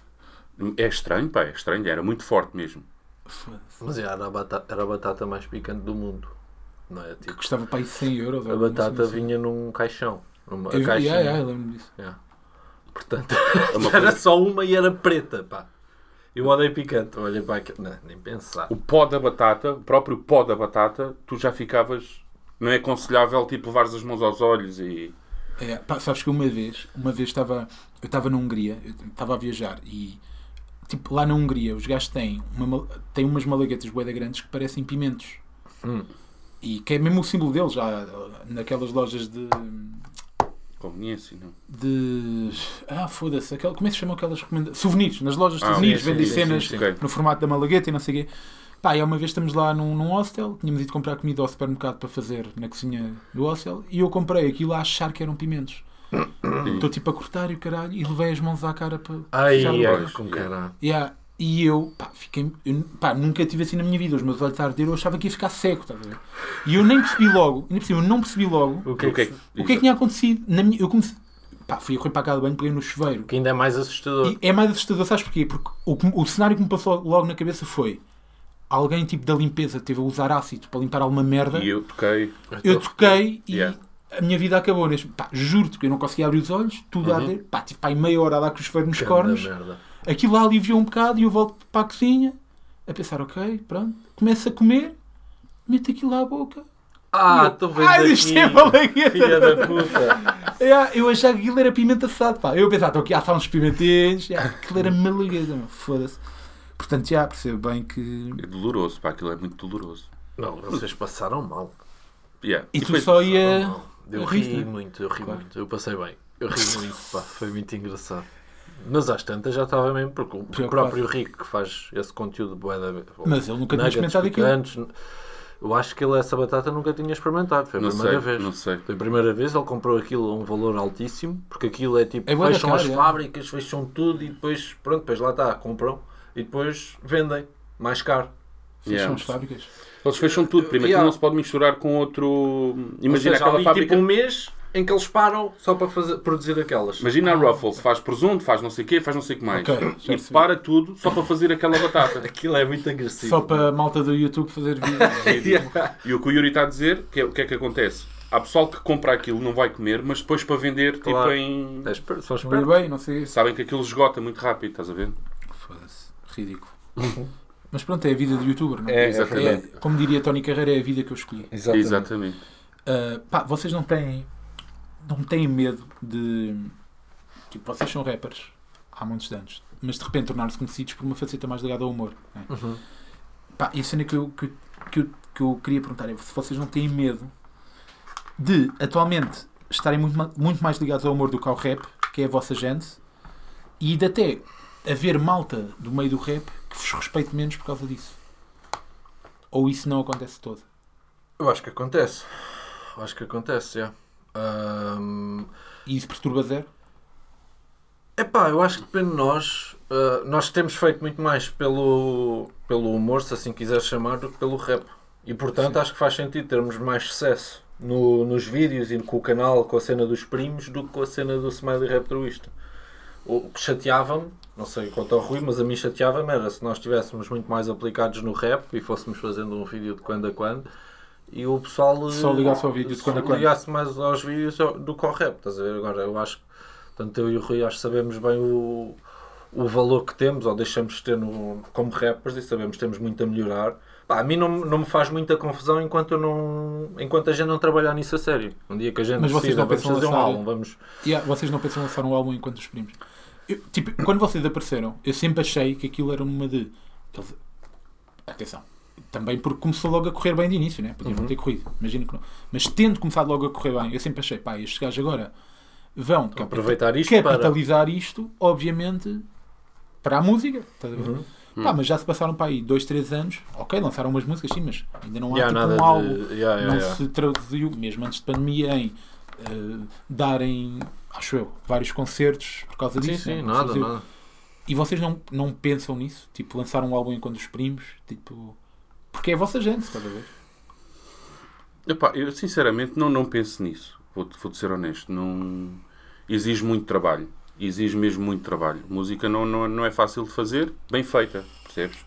É estranho, pá, é estranho. Era muito forte mesmo. Foda-se. Mas yeah, era, a batata, era a batata mais picante do mundo. Não é? Que Tipo, custava para aí cem euros. a ou batata assim. vinha num caixão. Numa Eu, vi- caixa. yeah, yeah, eu lembro-me disso. Yeah. Portanto, É uma era coisa- só uma e era preta, pá. Eu odeio picante. Olha para aquilo. Não, nem pensar. O pó da batata, o próprio pó da batata, tu já ficavas... Não é aconselhável, tipo, levares as mãos aos olhos e... É, pá, sabes que uma vez, uma vez estava, eu estava na Hungria, eu estava a viajar e tipo lá na Hungria os gajos têm, uma, mal- têm umas malaguetas bué da grandes que parecem pimentos. Hum. E que é mesmo o símbolo deles já naquelas lojas de Conveniência, não? de ah foda-se, aquela, como é que se chamam aquelas recomendações? Souvenirs, nas lojas de Ah, souvenirs sim, vendem sim, cenas sim, sim, sim. no formato da malagueta e não sei o quê. Pá, e há uma vez estamos lá num, num hostel, tínhamos ido comprar comida ao supermercado para fazer na cozinha do hostel e eu comprei aquilo a achar que eram pimentos. Estou tipo a cortar e o caralho e levei as mãos à cara para Ai, fechar o ai, olho. com caralho. Yeah. E eu, pá, fiquei, eu, pá, nunca tive assim na minha vida, os meus olhos a arder, eu achava que ia ficar seco, estás a ver? E eu nem percebi logo, ainda por cima, eu não percebi logo O que é O que é que, que- o que é que tinha acontecido. Na minha, eu comecei, pá, fui a correr para a casa de banho, peguei no chuveiro. que ainda é mais assustador. E é mais assustador, sabes porquê? Porque o, que- o cenário que me passou logo na cabeça foi alguém tipo da limpeza teve a usar ácido para limpar alguma merda. E eu toquei... Eu toquei e Yeah. a minha vida acabou. Neste... Pá, juro-te que eu não conseguia abrir os olhos, tudo a Uhum. arder. Pá, tive pá, aí meia hora a dar com o chuveiro nos Ganda cornos. merda. Aquilo lá aliviou um bocado e eu volto para a cozinha a pensar, ok, pronto. Começo a comer, meto aquilo lá à boca. Ah, E eu, tu vês ai, isto aqui, é malagueta. filha da puta. É, eu achava que aquilo era pimenta assado, pá. Eu pensava, estou aqui a assar uns pimentinhos. É, aquilo era malagueta, meu. Foda-se. Portanto, já percebo bem que... É doloroso, pá, aquilo é muito doloroso. Não, vocês passaram mal. Yeah. E tu depois- só ia... Passaram mal. Eu Riste, ri né? muito, eu ri Claro. muito. Eu passei bem. Eu ri muito, pá, foi muito engraçado. Mas às tantas já estava mesmo, porque o Preocupado. próprio Rico que faz esse conteúdo bué da... Mas ele nunca tinha nuggets experimentado aquilo. picantes, eu acho que ele essa batata nunca tinha experimentado, foi a Não primeira sei, vez. não sei. Foi a primeira vez, ele comprou aquilo a um valor altíssimo, porque aquilo é tipo, É bué da fecham cara, as é. fábricas, fecham tudo e depois, pronto, depois lá está, compram e depois vendem, mais caro. Fecham Yeah. as fábricas. Eles fecham tudo, primeiro, Yeah. aquilo não se pode misturar com outro... Imagina Ou seja, aquela ali, fábrica... tipo um mês em que eles param só para fazer, produzir aquelas. Imagina a Ruffles, faz presunto, faz não sei o quê, faz não sei o que mais. Ok, já E percebi. para tudo só para fazer aquela batata. Aquilo é muito agressivo. Só para a malta do YouTube fazer vídeos. Yeah. E o que o Yuri está a dizer, que é, o que é que acontece? Há pessoal que compra aquilo, não vai comer, mas depois para vender, Claro. tipo em... É esper- São Não é espertos. bem, não sei. Sabem que aquilo esgota muito rápido, estás a ver? Foda-se. Ridículo. Mas pronto, é a vida de youtuber, não É, é Exatamente. verdade. É, como diria Tony Carreira, é a vida que eu escolhi. Exatamente. Exatamente. Uh, pá, vocês não têm não têm medo de tipo, vocês são rappers há muitos anos, mas de repente tornar-se conhecidos por uma faceta mais ligada ao humor, não é? Uhum. Pá, e a cena que eu, que, que, eu, que eu queria perguntar é se vocês não têm medo de atualmente estarem muito, ma- muito mais ligados ao humor do que ao rap, que é a vossa gente, e de até haver malta do meio do rap que vos respeite menos por causa disso, ou isso não acontece todo? Eu acho que acontece. Eu acho que acontece, já. Ahm, E isso perturba zero? Epá, eu acho que depende de nós. Uh, nós temos feito muito mais pelo, pelo humor, se assim quiser chamar, do que pelo rap. E portanto Sim. acho que faz sentido termos mais sucesso no, nos vídeos e com o canal, com a cena dos primos, do que com a cena do Smiley Rap Truista. O que chateava-me, não sei quanto ao Rui, mas a mim chateava-me era se nós estivéssemos muito mais aplicados no rap e fôssemos fazendo um vídeo de quando a quando e o pessoal Só ligasse ao vídeo de quando a quando. ligasse mais aos vídeos do que ao rap, estás a ver? Agora eu acho que tanto eu e o Rui acho que sabemos bem o, o valor que temos ou deixamos de ter no, como rappers e sabemos que temos muito a melhorar. Pá, a mim não, não me faz muita confusão enquanto, eu não, enquanto a gente não trabalhar nisso a sério. Um dia que a gente Mas vocês decida, não vamos pensam fazer um lançar- álbum, vamos... Yeah, vocês não pensam em lançar um álbum enquanto os primos? Eu, tipo, quando vocês apareceram, eu sempre achei que aquilo era uma de... Eles- Atenção. Também porque começou logo a correr bem de início, né? Podiam não Uhum. ter corrido. Imagino que não. Mas tendo começado logo a correr bem, eu sempre achei, pá, estes gajos agora vão capita- Aproveitar isto capitalizar isto, obviamente, para a música. Estás a ver? Uhum. Pá, mas já se passaram para aí dois, três anos. Ok, lançaram umas músicas, sim, mas ainda não há Yeah, tipo nada um de- álbum. yeah, yeah, não yeah. se traduziu, mesmo antes de pandemia, em eh, darem, acho eu, vários concertos por causa Sim, disso. sim, né? Não nada, faziam. nada. E vocês não, não pensam nisso? Tipo, lançar um álbum enquanto os primos? Tipo, porque é a vossa gente, estás a ver? Epá, eu sinceramente não, não penso nisso. Vou-te vou ser honesto. Não... Exige muito trabalho. Exige mesmo muito trabalho. Música não, não, não é fácil de fazer, bem feita, percebes?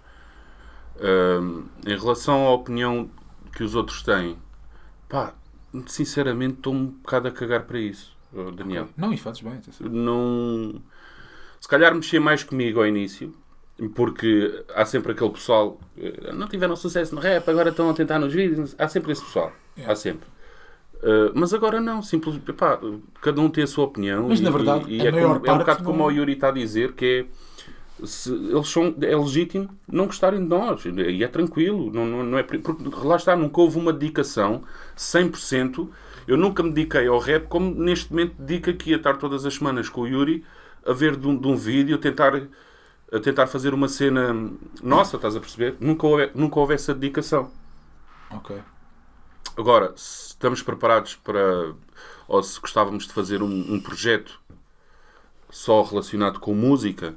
Ahm, em relação à opinião que os outros têm, pá, sinceramente estou um bocado a cagar para isso, oh, Daniel. Ok. Não, e fazes bem, atenção. Não... Se calhar mexer mais comigo ao início, porque há sempre aquele pessoal eh, não tiveram sucesso no rap, agora estão a tentar nos vídeos. Há sempre esse pessoal. Yeah. Há sempre. Uh, mas agora não, simplesmente, epá, cada um tem a sua opinião. Mas, e, na verdade, e, e a é, maior como, é um parte bocado não- como o Yuri está a dizer, que é, se eles são, é legítimo não gostarem de nós, e é tranquilo, não, não, não é, porque lá está, nunca houve uma dedicação cem por cento. Eu nunca me dediquei ao rap como neste momento dedico aqui a estar todas as semanas com o Yuri a ver de um, de um vídeo, a tentar, a tentar fazer uma cena nossa, estás a perceber? Nunca houve, nunca houve essa dedicação. Ok. Agora, se estamos preparados para, ou se gostávamos de fazer um, um projeto só relacionado com música,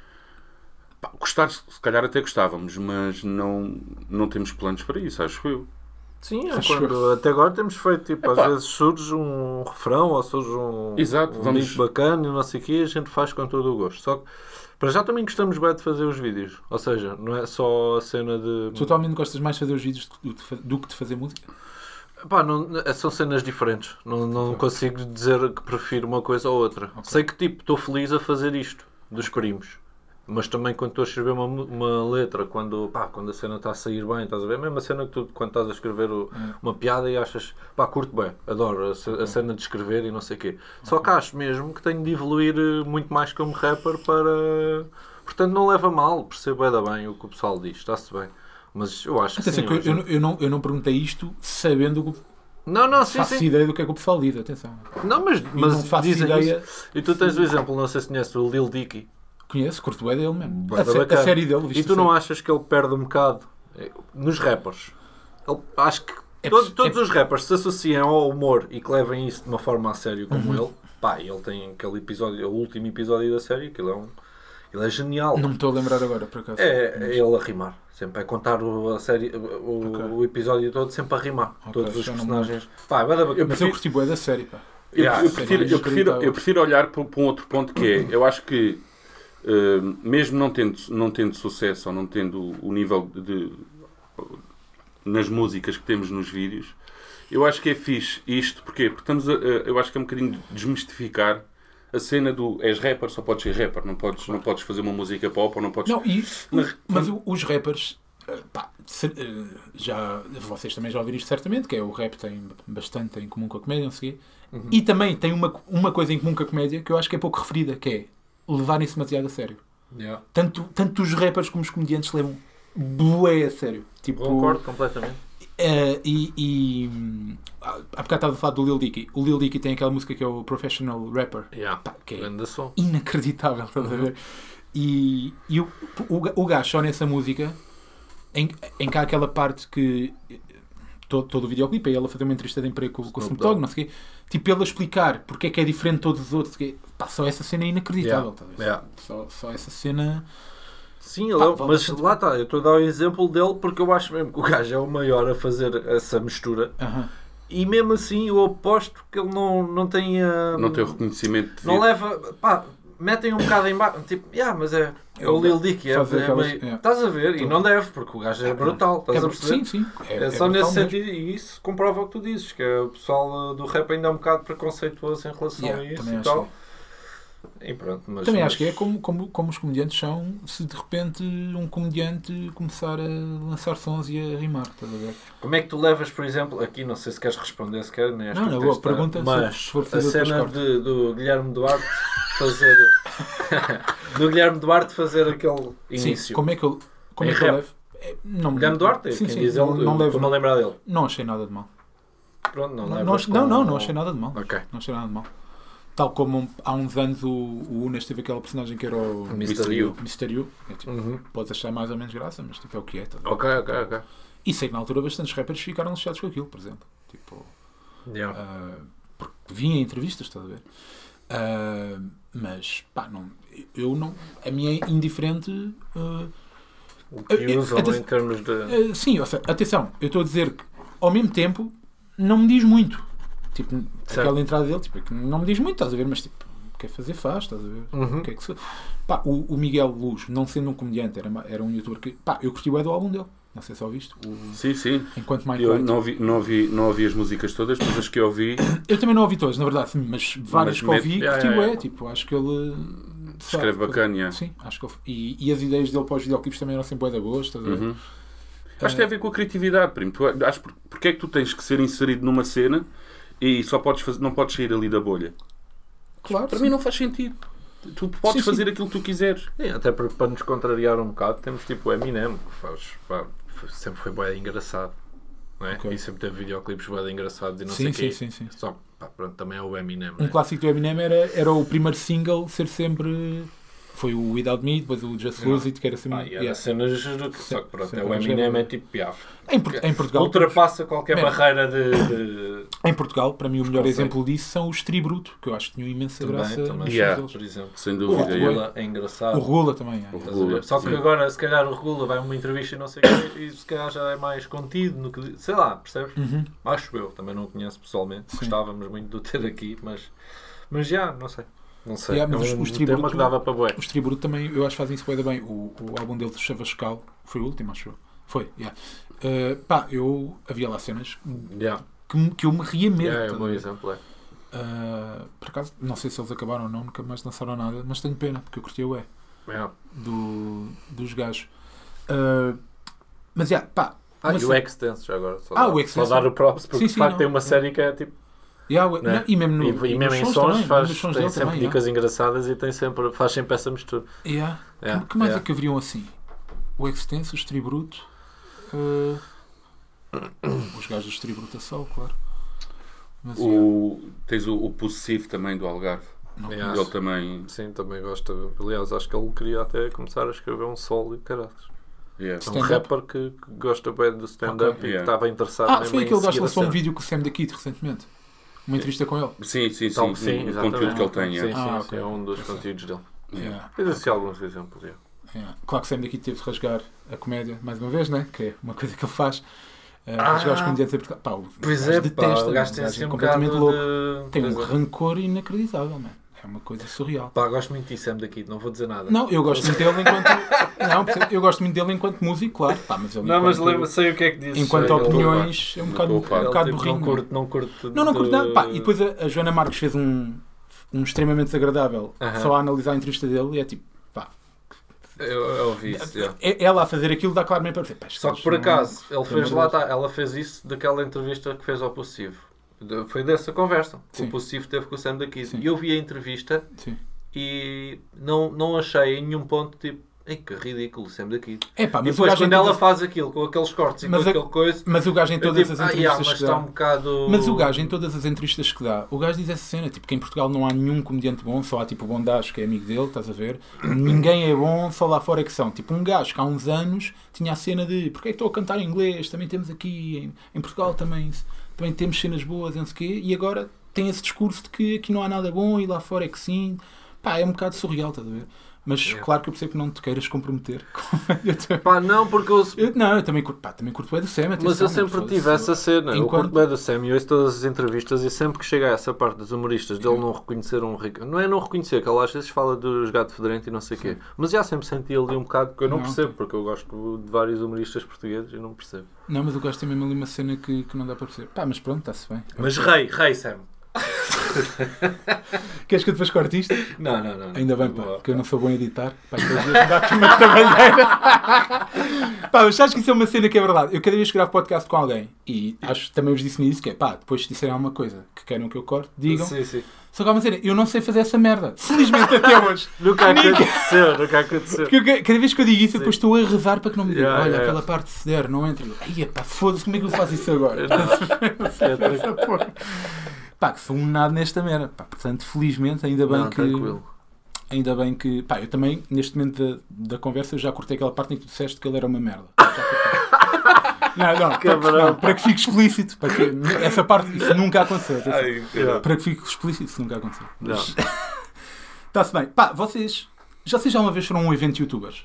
pá, gostar, se calhar até gostávamos, mas não, não temos planos para isso, acho eu. Sim, é Acho quando, até agora temos feito, tipo, Epá. às vezes surge um refrão ou surge um, Exato, um vamos- beat bacana e não sei o quê, a gente faz com todo o gosto. Só que para já também gostamos bem de fazer os vídeos, ou seja, não é só a cena de... Totalmente gostas mais de fazer os vídeos do, que de fa- do que de fazer música? Pá, não, são cenas diferentes, não, não consigo dizer que prefiro uma coisa ou outra. Sei que tipo, estou feliz a fazer isto, dos primos. Mas também quando estou a escrever uma, mu- uma letra, quando, pá, quando a cena está a sair bem, estás a ver? Mesmo a cena que tu, quando estás a escrever o- uma piada e achas, pá, curto bem, adoro a, ce- a cena de escrever e não sei o quê. Só que acho mesmo que tenho de evoluir eh, muito mais como rapper para... Portanto, não leva a mal, percebo ainda bem o que o pessoal diz, está-se bem. Mas eu acho que Atenção sim. que eu, hoje- eu, não- eu, não, eu não perguntei isto sabendo o, Não, não, sim, faço sim. ideia do que é que o pessoal diz, atenção. Não, mas, E mas não faço dizem ideia. isso. E tu tens o exemplo, não sei se conheces, o Lil Dicky. Conheço, curto bem dele mesmo. Bué A, da sé- a bacana. série dele, viste E tu a não série? achas que ele perde um bocado eh, nos rappers? Ele, acho que É todo- poss- todos é- os rappers se associam ao humor e que levem isso de uma forma a sério como Uhum. ele. Pá, ele tem aquele episódio, o último episódio da série, aquilo é um... Ele é genial. Não me estou a lembrar agora, por acaso. É, Mas- é ele a rimar. Sempre a contar o, a série, o, Ok. o episódio todo sempre a rimar. Ok, Todos os já não me personagens. Pá, é bué da bacana. Eu Mas eu prefiro- curti bué da série, pá. Eu, Yeah, eu sim, prefiro, mais eu, prefiro, inacreditável. eu prefiro olhar para, para um outro ponto que é, eu acho que eh, mesmo não tendo, não tendo sucesso ou não tendo o nível de, de- nas músicas que temos nos vídeos, eu acho que é fixe isto, porquê? Porque estamos a, a- eu acho que é um bocadinho de desmistificar a cena do és rapper, só podes ser rapper, não podes, não podes fazer uma música pop ou não podes... Não, e, Mas- mas, o- os rappers, eh, pá, se- eh, já, vocês também já ouviram isto certamente, que é o rap tem bastante em comum com a comédia, não sei o quê. Uhum. E também tem uma, uma coisa em comum com a comédia que eu acho que é pouco referida, que é levarem-se demasiado a sério. Yeah. Tanto, tanto os rappers como os comediantes levam bué a sério. Tipo, Concordo completamente. eh, e, e hum, há há bocado estava a falar do Lil Dicky. O Lil Dicky tem aquela música que é o Professional Rapper. Yeah. Pá, que é Grande som. inacreditável, estás a ver? E, e o, o, o gajo só nessa música, em, em que há aquela parte que todo, todo o videoclipe é ele a fazer uma entrevista de emprego com, com o Snoop Snoop Dogg, não sei o quê, tipo ele a explicar porque é que é diferente de todos os outros, que, pá, só essa cena é inacreditável, Yeah. talvez. Yeah. Só, só essa cena. Sim, ele Pá, é- vale mas bastante lá está, eu estou a dar o exemplo dele porque eu acho mesmo que o gajo é o maior a fazer essa mistura Aham. e mesmo assim eu aposto que ele não, não tem. ah, Não tem o reconhecimento de não leva. Pá, metem um bocado em baixo. Tipo, yeah, mas é, é o Lil Dicky. É, Faz é aquelas- meio- yeah. Estás a ver? E não deve, porque o gajo é brutal. Estás É a br- perceber? sim, sim. É, É, é só brutal nesse mesmo. sentido, e isso comprova o que tu dizes, que é o pessoal uh, do rap ainda é um bocado preconceituoso em relação Yeah, a isso também e acho tal. que E pronto, mas, Também mas- acho que é como, como, como os comediantes são, se de repente um comediante começar a lançar sons e a rimar, estás a ver? Como é que tu levas, por exemplo, aqui não sei se queres responder sequer, nem és Não, tu que na tens boa, de estar, pergunta, se- mas se for a preciso, depois cena corto. de, do Guilherme Duarte fazer do Guilherme Duarte fazer aquele início. Sim, como é que eu, como Em é que eu rap. levo? É, não, Guilherme Duarte, sim, quem sim, diz não, ele, não levo, estou-me a lembrar dele. não achei nada de mal. Pronto, não, Não, não, levas ach- não, com- não, não achei nada de mal. Ok. Não achei nada de mal. Tal como um- há uns anos o, o Unas teve aquela personagem que era o mister You. mister You. É, tipo, Uhum. podes achar mais ou menos graça, mas tipo, é o que é. Tá? Ok, ok, ok. E sei que na altura bastantes rappers ficaram lixados com aquilo, por exemplo. Tipo, Yeah. ah, porque vinha em entrevistas, estás a ver? Ah, mas, pá, não, eu não. A minha é indiferente. ah, O que eu- eu- usam até- em termos de... ah, sim, ou seja, atenção, eu estou a dizer que ao mesmo tempo não me diz muito. Tipo, Certo. aquela entrada dele, tipo, é que não me diz muito, estás a ver? Mas tipo, quer fazer, faz, estás a ver? Uhum. O que é que se... Pá, o, o Miguel Luz, não sendo um comediante, era, ma- era um youtuber que. Pá, eu curti o é do álbum dele. Não sei se ouviste. O Sim, sim. Enquanto Mike Eu White. não ouvi, não, ouvi, não ouvi as músicas todas, mas as que eu ouvi... Eu também não ouvi todas, na verdade, sim, mas várias Mas que ouvi, mete- curti Yeah, yeah, é, yeah. tipo, acho que ele. sabe, Escreve bacana, yeah. Sim, acho que ele. E, e as ideias dele para os videoclipes também eram sempre bué da boas, estás a ver? Uhum. Acho que tem a ver com a criatividade, primo. Tu, acho, por- porque é que tu tens que ser inserido numa cena e só podes fazer, não podes sair ali da bolha? Claro. Para sim. mim não faz sentido. Tu podes Sim, fazer sim. aquilo que tu quiseres. Sim, até porque para nos contrariar um bocado temos tipo o Eminem, que faz, pá, foi- sempre foi bué engraçado, não é? Ok. E sempre teve videoclipes bué engraçados e não Sim, sei o sim, quê. sim, sim. Só, pá, pronto, também é o Eminem, Um né? clássico do Eminem era, era o primeiro single ser sempre. Foi o Without Me, depois o Just Lose It, que era sempre. Pá, e era yeah. cenas, só que pronto, Sim, é o sim, Eminem sim. é tipo piaf. Em, Port- em Portugal. Ultrapassa qualquer Man. barreira de, de... Em Portugal, para mim, o melhor conceitos. exemplo disso são os Tributo, que eu acho que tinham imensa Também, graça também. nos Yeah. shows por deles. exemplo. Sem O dúvida. yeah. Regula é engraçado. O Regula também. é. O Estás a ver? Regula, Só que sim. agora, se calhar, o Regula vai a uma entrevista e não sei o quê, e se calhar já é mais contido no que. Sei lá, percebes? Uhum. Acho eu, também não o conheço pessoalmente. Sim. Gostávamos muito de o ter aqui, mas. Mas já, não sei. Não sei. Yeah, mas é os- um os tema tributo- que dava para bué. Os Tributo também, eu acho que fazem isso bem bem. O, o álbum dele, Chavascal, foi o último, acho eu. Foi, yeah. Uh, pá, eu havia lá cenas Yeah. que, me- que eu me ria mesmo. Yeah, é tá um a bom ver? exemplo, é. Uh, por acaso, não sei se eles acabaram ou não, nunca mais lançaram nada, mas tenho pena, porque eu curti o é Yeah. do, dos gajos. Uh, mas, yeah, pá. Ah, uma e o cena- Extense já agora. Só Ah, dar, o Extense. Só dar o props, porque Sim, de sim, facto não. tem uma série que é tipo. Yeah, o- Né? não, e mesmo, no, E, e mesmo nos em sons sons, também, faz, nos sons tem dele sempre também, dicas engraçadas e tem sempre, faz sempre essa mistura. yeah. Yeah, Que, que mais yeah. é que haveriam assim? O Extense, os Tributo, uh, os gajos dos Tributo a Sol, claro. Mas, O, tens o, o Possessivo também do Algarve. não Yeah. conheço. Ele também. Sim, também gosta. Aliás, acho que ele queria até começar a escrever um solo e caraças. Yeah. É um Stand-up? rapper que, que gosta bem do stand-up Ok. e Yeah. que estava interessado Ah, mesmo foi em aquele gajo que seguir a lançou um cena. vídeo com o Sam da Kid recentemente. Uma entrevista com ele. Sim, sim, sim. Então, sim, o exatamente. conteúdo que ele tem. Sim, é. sim, Ah, sim, ok. é um dos conteúdos dele. Yeah. Yeah. Fiz assim alguns exemplos. Yeah. Yeah. Claro que o Sam da Kid teve de rasgar a comédia mais uma vez, né? Que é uma coisa que ele faz. Uh, Ah. rasgar os comediantes em Portugal. Pá, o Pois gajo é, pá, detesta, o gajo tem o assim é um completamente bocado louco. de... Tem um Pois é. rancor inacreditável, mano. É uma coisa surreal. Pá, gosto muito disso, Sam daqui, não vou dizer nada. Não, eu gosto muito dele enquanto. Não, percebe? eu gosto muito dele enquanto músico, claro. Pá, mas ele Não, mas enquanto, lembra, sei o que é que dizes. enquanto sei, ele- opiniões é um Não bocado, estou a par. um bocado ele, tipo, burrinho. não curto, não curto. Não, não curto de- nada. Pá, e depois a, a Joana Marques fez um, um extremamente desagradável Aham. só a analisar a entrevista dele e é tipo, pá, Eu, eu ouvi isso, yeah. é- ela a fazer aquilo dá claramente para dizer, pá, este Só que gajo por não- acaso, ele pelo fez amor lá, de Deus. tá, ela fez isso daquela entrevista que fez ao Possessivo. De- Foi dessa conversa que Sim. o Possessivo teve com o Sam daqui. Sim. E eu vi a entrevista Sim. e não, não achei em nenhum ponto tipo, ei que ridículo, Sam daqui. É pá, E mas o depois gajo em quando ela todas- faz aquilo com aqueles cortes e Mas com a- aquele coisa, mas o gajo em eu todas tipo, as ah, yeah, entrevistas mas que está dá. um bocado... Mas o gajo, em todas as entrevistas que dá, o gajo diz essa cena, tipo, que em Portugal não há nenhum comediante bom, só há tipo o Bondage, que é amigo dele, estás a ver? Ninguém é bom, só lá fora é que são. Tipo, um gajo que há uns anos tinha a cena de porque é que estou a cantar em inglês, também temos aqui, em, em Portugal também, também temos cenas boas, não sei o quê, e agora tem esse discurso de que aqui não há nada bom e lá fora é que sim. Pá, é um bocado surreal, estás a ver? Mas Yeah. claro que eu percebo que não te queiras comprometer. eu também, Pá, não, porque eu... eu- não, eu também curto, pá, também curto bem do Sam, atenção, Mas eu sempre foda-se. tive essa cena. Eu Enquanto- curto bem do Sam e ouço todas as entrevistas e sempre que chega a essa parte dos humoristas dele não reconhecer um rico. Não é não reconhecer, que ele às vezes fala dos gato fedorento e não sei o quê. Mas já sempre senti ali um bocado que eu não, Não, percebo, ok. porque eu gosto de vários humoristas portugueses e não percebo. Não, mas o gajo tem mesmo ali uma cena que, que não dá para perceber. Pá, mas pronto, está-se bem. Mas rei, rei Sam. Queres que eu depois corte isto? Não, não, não. Ainda bem, pá, Boa. porque eu não sou bom a editar. Pá, então às vezes me dá aqui uma trabalheira. Pá, mas sabes que isso é uma cena que é verdade. Eu cada vez que gravo podcast com alguém, e acho que também vos disse nisso, que é pá, depois se disserem alguma coisa que queiram que eu corte, digam. Sim, sim. Só que há uma cena, eu não sei fazer essa merda. Felizmente até hoje. Nunca Ninguém- aconteceu, nunca aconteceu. Porque eu, cada vez que eu digo isso, eu depois estou a rezar para que não me digam. Yeah, Olha, yeah. aquela parte de ceder, não entra. Eu, ai, pá, foda-se, como é que eu faço isso agora? É tranquilo. Essa porra. Pá, que sou um nada nesta merda. Pá, portanto, felizmente, ainda bem Não, que. tranquilo. Ainda bem que. Pá, eu também, neste momento da, da conversa, eu já cortei aquela parte em que tu disseste que ele era uma merda. Já cortei. Não, não, para, não, para que fique explícito. Para que, essa parte, isso nunca aconteceu. atenção. Ai, caralho. Para que fique explícito, isso nunca aconteceu. Não. Está-se bem. Pá, vocês. Já vocês já uma vez foram a um evento de youtubers?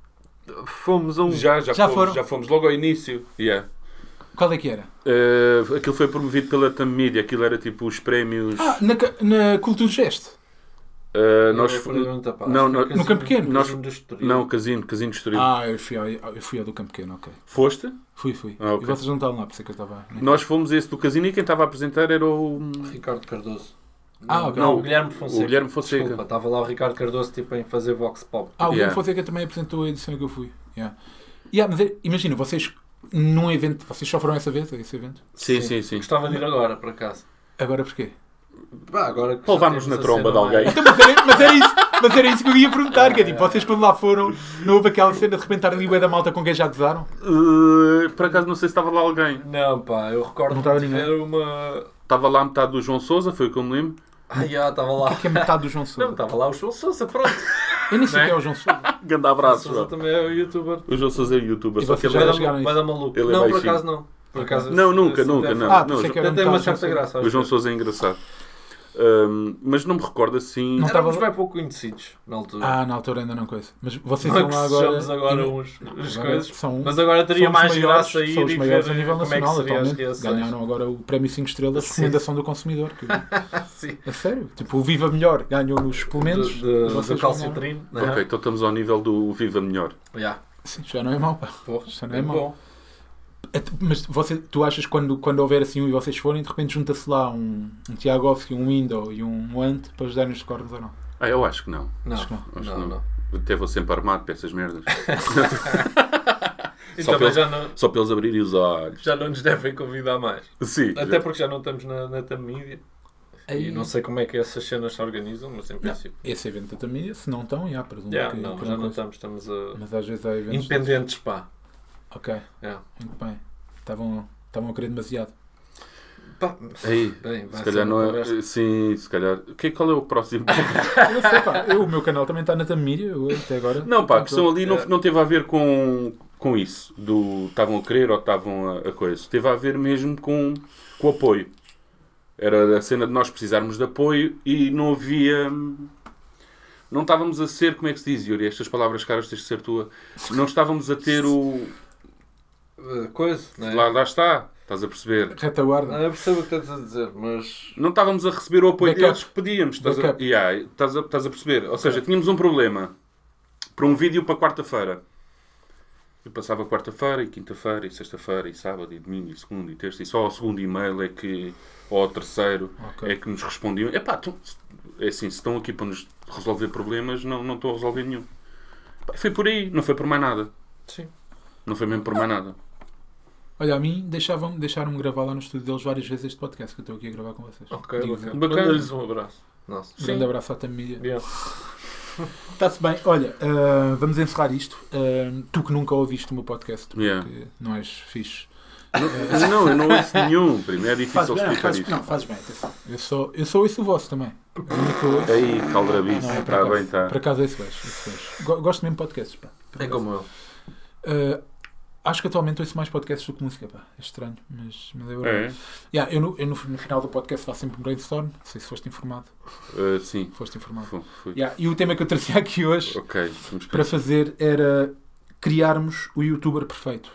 Fomos um... Já, já, Já fomos, foram? já fomos logo ao início. Yeah. Qual é que era? Uh, aquilo foi promovido pela Thumb Media. Aquilo era tipo os prémios. Ah, na, ca- na Cultura Gesto. Uh, nós Não, fomos. foi no Tapaz. Não, Foi no- Casino- no Campo Pequeno. Casino Nós- do Estoril. Não, Casino, Casino de Estoril. Ah, eu fui, ao, eu fui ao do Campo Pequeno, ok. Foste? Fui, fui. Ah, ok. E vocês não estavam lá, por isso é que eu estava. Nós fomos esse do Casino e quem estava a apresentar era o. Ricardo Cardoso. Ah, ok. Não, Não, o Guilherme Fonseca. o Guilherme Fonseca. Desculpa, estava lá o Ricardo Cardoso tipo, em fazer Vox Pop. Ah, o Guilherme Yeah. Fonseca também apresentou a edição que eu fui. Yeah. Yeah, mas é- imagina, vocês num evento, vocês só foram essa vez, a esse evento? Sim, sim, sim. Gostava de ir agora, por acaso. Agora porquê? Pá, agora que Para já levarmos temos na a tromba cena de alguém. mais- Então, mas, era, mas, era isso, mas era isso que eu ia perguntar, que é tipo, vocês quando lá foram, não houve aquela cena de repente estar ali o bué da malta com quem já gozaram? Uh, por acaso não sei se estava lá alguém. Não, pá, eu recordo Não estava de ninguém. ver uma... Estava lá metade do João Sousa, foi o que eu me lembro. Ah, já, estava O lá. que é que é metade do João Não, Sousa? estava lá o João Sousa, pronto. Eu nem sei Não é? quem é o João Sousa. Grande O abraço, Sousa João. também é o youtuber. O João Sousa é youtuber, E só que vocês ele já é... Vai chegaram a dar, isso? vai dar maluco. Ele é não, por baixinho. acaso não. Por acaso, Não, nunca, esse nunca, deve- não. Ah, não, pensei que era Tem uma metade do João certa Sousa. graça. O acho João que- Sousa é engraçado. Um, mas não me recordo assim. Não Éramos estava- bem pouco conhecidos na altura. Ah, na altura ainda não coisa. Mas vocês Não é vão que lá agora... sejamos agora e- uns, Não, as agora coisas. são- Mas agora teria são os mais maiores- graça ir são os e maiores ver a nível como é que nacional seria as atualmente. reações. Ganharam agora o Prémio cinco Estrelas, Sim. recomendação do consumidor. Que, Sim. é sério. Tipo, o Viva Melhor ganhou nos suplementos. De, e de, vocês do ganharam. calcitrino. Ok, então estamos ao nível do Viva Melhor. Yeah. Sim, já não é mau, pá. Porra, Já não é bem mau. bom. É, tu- Mas você, tu achas que quando, quando houver assim um e vocês forem, de repente junta-se lá um, um Tiagovski, um Window e um Ant para ajudar nos cornos ou não? Ah, eu acho que não. Não, Acho que não. Acho não, que não. não. Até vou sempre armado para essas merdas. E Só também pelos- já não, Só para eles abrirem os olhos. já não nos devem convidar mais. Sim. Até porque já não estamos na, na Thumb Media. Aí- E não sei como é que essas cenas se organizam, mas em Não, princípio. esse evento da família, se não estão, já, presumo Yeah, que, não, que já não coisa. estamos, estamos a... Mas às vezes há eventos. independentes, pá. Ok, Yeah. muito bem. Estavam, estavam a querer demasiado. Pá, Aí, bem, vai se ser calhar uma não conversa. é. Sim, se calhar. Que, qual é o próximo? Eu sei, pá. Eu, o meu canal também está na Tamíria, eu até agora. Não, pá, a questão ali não, É. não teve a ver com, com isso. Do estavam a querer ou estavam a, a coisa. Teve a ver mesmo com, com o apoio. Era a cena de nós precisarmos de apoio e não havia. Não estávamos a ser, como é que se diz, Yuri? Estas palavras caras tens de ser tua. Não estávamos a ter o. Uh, Coisa, não é? Lá, lá está, estás a perceber. Retaguarda. Não, eu percebo o que estás a dizer, mas. Não estávamos a receber o apoio Backup. deles que pedíamos. Estás a, Backup. yeah, estás, a, estás a perceber? Ou seja, tínhamos um problema para um vídeo para quarta-feira. Eu passava quarta-feira e quinta-feira e sexta-feira e sábado e domingo e segundo e terça e só ao segundo e-mail é que, ou ao terceiro, Ok. é que nos respondiam. Epá, tu, é assim, se estão aqui para nos resolver problemas, não, não estou a resolver nenhum. Pá, foi por aí, não foi por mais nada. Sim. Não foi mesmo por mais nada. Olha, a mim deixavam, deixaram-me gravar lá no estúdio deles várias vezes este podcast que eu estou aqui a gravar com vocês. Ok, Digo, bacana. Bacana. Manda-lhes um abraço. Nossa. Um grande abraço à Tamíria. Yeah. Está-se bem. Olha, ah, vamos encerrar isto. Ah, tu que nunca ouviste o meu podcast, porque Yeah. não és fixe. Não, não, eu não ouço nenhum. Primeiro é Faz, difícil não, explicar faz, isto. não, fazes bem, atenção. Eu só, eu só ouço o vosso também. O único que eu ouço. Aí, caldrabice. Não, é por Está acaso. bem, está. Por acaso ouço gajo, ouço gajo. Go- Gosto mesmo de podcasts, pá. Por É acaso. como eu. Ah, acho que atualmente ouço mais podcasts do que música, pá. É estranho, mas, mas é verdade. É? Yeah, eu, no, eu no, no final do podcast faço sempre um brainstorm. Não sei se foste informado. Uh, sim. Foste informado. Fui, fui. Yeah, e o tema que eu trazia aqui hoje Ok, vamos para fazer era criarmos o youtuber perfeito.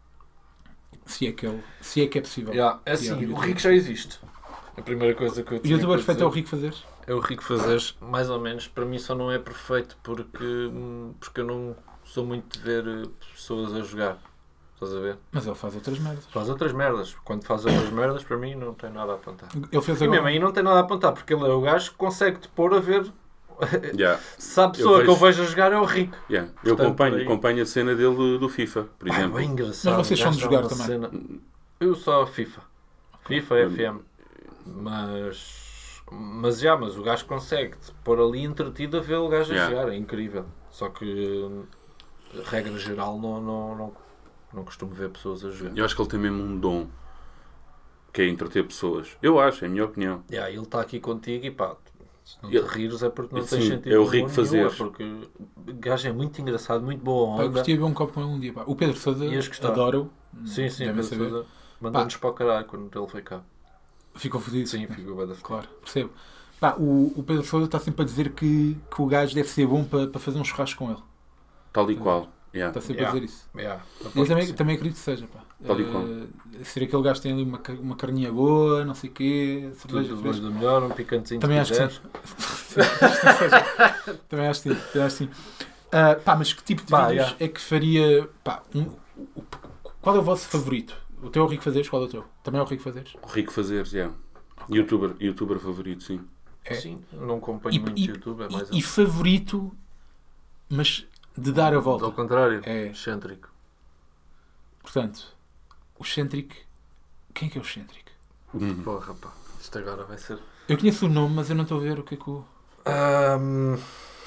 Se é que, ele, se é, que é possível. Yeah, é criar assim, um o youtuber. Rico já existe. A primeira coisa que eu O tinha youtuber para perfeito é o dizer Rico Fazeres? é o Rico Fazeres, mais ou menos. Para mim só não é perfeito porque, hum, porque eu não sou muito de ver eh, pessoas a jogar. Estás a ver? Mas ele faz outras merdas. Faz outras merdas. Quando faz outras merdas, para mim não tem nada a apontar. Ele fez E agora. mesmo aí não tem nada a apontar, porque ele é o gajo que consegue te pôr a ver. Yeah, Se a pessoa Eu que eu vejo- vejo a jogar é o Rico. yeah. Eu Portanto, acompanho, por aí- acompanho a cena dele do FIFA, por Pá, é exemplo. bem engraçado. Mas vocês O são gajo de dá jogar uma também? cena- Eu só FIFA. FIFA, F M. Mas. Mas já, mas o gajo consegue te pôr ali entretido a ver o gajo Yeah. a jogar. É incrível. Só que, hum, regra geral, não, não, não, não costumo ver pessoas a jogar. Eu acho que ele tem mesmo um dom, que é entreter pessoas. Eu acho, é a minha opinião. Yeah, ele está aqui contigo e pá, se não te Ele- rires é porque não Sim, tens sentido é o nenhum, Rico Fazeres. porque o gajo é muito engraçado, muito boa Pá, eu onda. gostei de beber um copo com ele um dia. Pá. O Pedro Sousa, Ias gostar. adoro. Sim, sim, Devem Pedro saber. Sousa mandou-nos para o caralho quando ele foi cá. Ficou fodido. Sim, ficou bem da f- Claro, percebo. Pá, o, o Pedro Sousa está sempre a dizer que, que o gajo deve ser bom para, para fazer um churrasco com ele. Tal e qual. Yeah. Está sempre Yeah. a dizer isso. Yeah, Eu aposto também, que sim. também acredito que seja. Pá. Tal e qual. Eh, ser aquele gajo que tem ali uma, ca- uma carninha boa, não sei o quê, cerveja Tudo fresca. do melhor, um picantezinho Também se acho que quiseres. sim. Também acho que sim. Também acho que sim. Ah, pá, mas que tipo de Pá, vídeos yeah. é que faria. Pá, um, o- qual é o vosso favorito? O teu é o Rico Fazeres? Qual é o teu? Também é o Rico Fazeres? O Rico Fazeres, yeah. Youtuber, youtuber favorito, sim. É. Sim, não acompanho E, muito e- YouTube, é mais e- e favorito, mas de dar a volta. Ao contrário, É. excêntrico. Portanto, o Centric. Quem é que é o Centric? Uhum. Porra, pá, isto agora vai ser. Eu conheço o nome, mas eu não estou a ver o que é que o. Ahm,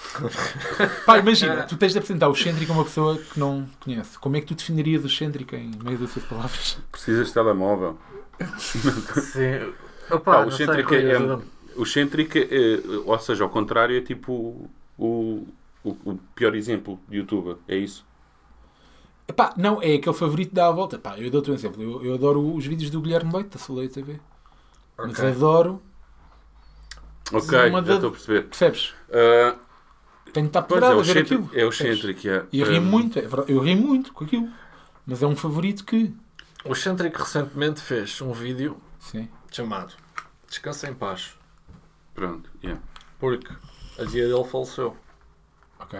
Pá, imagina, tu tens de apresentar o Centric a uma pessoa que não conhece. Como é que tu definirias o Centric em meio dúzia de palavras? Precisas de telemóvel. Sim. Pá, Opa, o não sei, Centric é, coisa- o Centric é, ou seja, ao contrário, é tipo o, o, o pior exemplo de youtuber, é isso? Epá, não, é aquele favorito que dá a volta. Pá, eu dou-te um exemplo. Eu, eu adoro os vídeos do Guilherme Leite, da Soleil T V. Mas Ok. adoro. Ok, Uma já da- estou a perceber. Percebes? Ah, Tenho de estar pois é, parado o a ver Centric, aquilo. é o percebes? Centric, é. E ri Ah, muito, é verdade, eu ri muito com aquilo. Mas é um favorito que. O Centric recentemente fez um vídeo Sim. chamado Descansa em Paz, Pronto, yeah. porque a dia dele faleceu. Ok.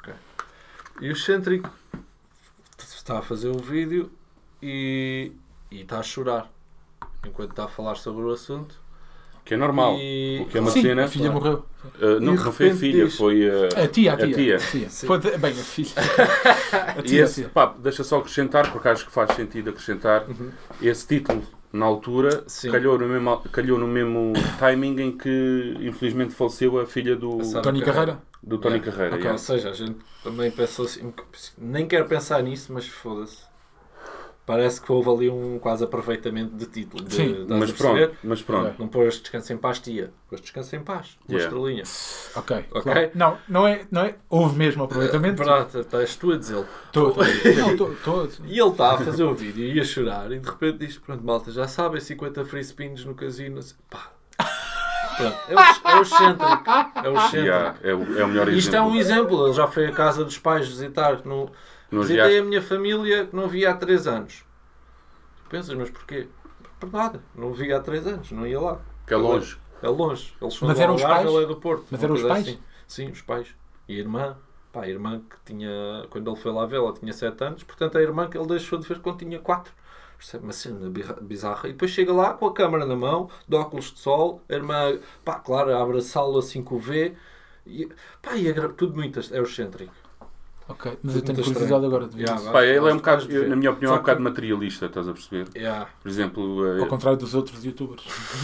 E o Centric está a fazer o vídeo e, e está a chorar enquanto está a falar sobre o assunto. Que é normal. E- O que é uma Sim, cena. a filha claro. morreu. Ah, não, E de não foi a repente filha, diz- foi a. A tia, a tia. A tia. A tia. Sim. Foi de- Bem, a filha. A E tia, a esse, tia. pá, deixa só acrescentar, porque acho que faz sentido acrescentar. Uhum. Esse título, na altura, Sim. calhou no, mesmo, calhou no mesmo timing em que, infelizmente, faleceu a filha do, A Sara Tony Carreira. do Tony Yeah. Carreira. Ok. yeah. Ou seja, a gente também pensou assim, nem quero pensar nisso, mas foda-se. Parece que houve ali um quase aproveitamento de título. De, Sim, estás Mas a perceber? pronto, mas pronto. Não pôs descanso em paz, tia. Pôs descanso em paz. Uma Yeah. estrelinha. Ok. Ok? Claro. Não, não é, não é. Houve mesmo aproveitamento. Pronto, estás tu a dizê-lo. Tô, tô. Não, tô, tô. E ele está a fazer o vídeo e ia chorar e de repente diz, pronto, malta, já sabem, cinquenta free spins no casino. Pá. Pronto, é o, é o excêntrico. É o excêntrico. Yeah, é, o, é o melhor Isto é exemplo. um exemplo. Ele já foi à casa dos pais visitar. Que não... Nos Visitei dias- a minha família que não via há três anos. Tu pensas, mas porquê? Por nada. Não via há três anos. Não ia lá. Que é longe. É longe. Eles são Mas do eram os Algarve, pais? ele é do Porto. Mas uma eram os coisa pais? assim. Sim, os pais. E a irmã. Pá, a irmã que tinha... Quando ele foi lá ver, ela tinha sete anos. Portanto, a irmã que ele deixou de ver quando tinha quatro. Isto é uma cena birra- bizarra. E depois chega lá com a câmara na mão, de óculos de sol. A irmã, pá, claro, a abraçá-lo assim com o V. E, pá, e é gra- tudo muito... É o excêntrico. Ok, mas Tudo eu tenho muito curiosidade estranho. agora de ver Yeah, isso. vai. Pá, ele é um Acho que bocado, vais ver. na minha opinião, é um Só bocado que- materialista, estás a perceber? Yeah. Por exemplo, Ao eh, contrário dos outros youtubers.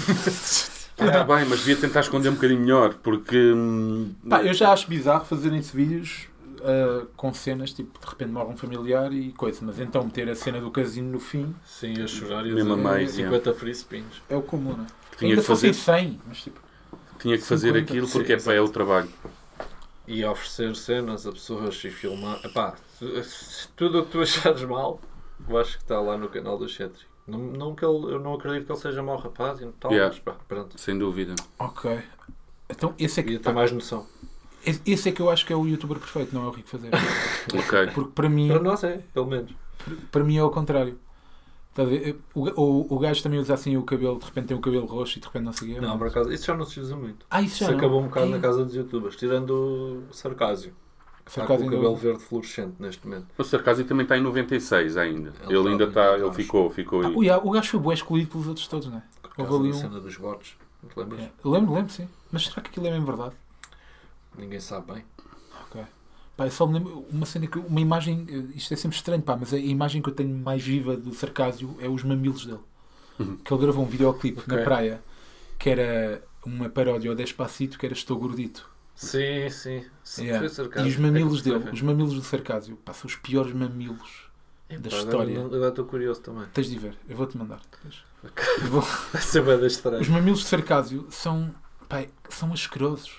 ah, bem, mas devia tentar esconder um bocadinho melhor, porque hum, Pá, eu já acho bizarro fazerem-se vídeos uh, com cenas, tipo, de repente morre um familiar e coisa, mas então meter a cena do casino no fim Sim, a chorar e a Mesmo a dizer, meio, cinquenta free spins. é o comum, não é? tinha Ainda que fazer, fossem cem, mas tipo, tinha que fazer cinquenta, aquilo sim, porque é, pá, é o trabalho. E oferecer cenas a pessoas e filmar. Epá, tu- tudo o que tu achares mal, eu acho que está lá no canal do Excêntrico. Não, não que ele, eu não acredito que ele seja mau rapaz e tal, Yeah. mas pá, pronto. Sem dúvida. ok. Então esse é que, Ia ter pá, mais noção. esse esse é que eu acho que é o youtuber perfeito, não é o Rico Fazer. Ok. Porque para mim, Para nós é, pelo menos. para mim é ao contrário. Estás a ver? O, o, o gajo também usa assim o cabelo, de repente tem o cabelo roxo e de repente não sei o quê. Não, por acaso, isso já não se usa muito. Ah, isso Isso já não. acabou um bocado Ei, na casa dos youtubers, tirando o Sarcásio. Está Sarcásio com o ainda- cabelo verde fluorescente neste momento. O Sarcásio também está em noventa e seis ainda. Ele Ele ainda tá- está, ele ele tá, ficou, ficou Ah, aí. o, ya- o gajo foi bué escolhido pelos outros todos, não é? Por Houve causa ali da um- cena dos votos. Não te lembras? É, lembro, lembro, sim. Mas será que aquilo é mesmo verdade? Ninguém sabe bem. Ok. Pá, eu só me lembro uma cena que. Uma imagem. Isto é sempre estranho, pá, mas a imagem que eu tenho mais viva do Sarcásio é os mamilos dele. Uhum. Que ele gravou um videoclipe Ok. na praia que era uma paródia ao Despacito que era Estou Gordito. Sim, sim. sim Yeah. foi Sarcásio. E os mamilos É que foi dele, ver. os mamilos do Sarcásio, pá, são os piores mamilos Epá, da agora história. não- Agora estou curioso também. Tens de ver, eu vou-te mandar. Eu vou- Vai ser bem estranho. Os mamilos de Sarcásio são. Pá, são asquerosos.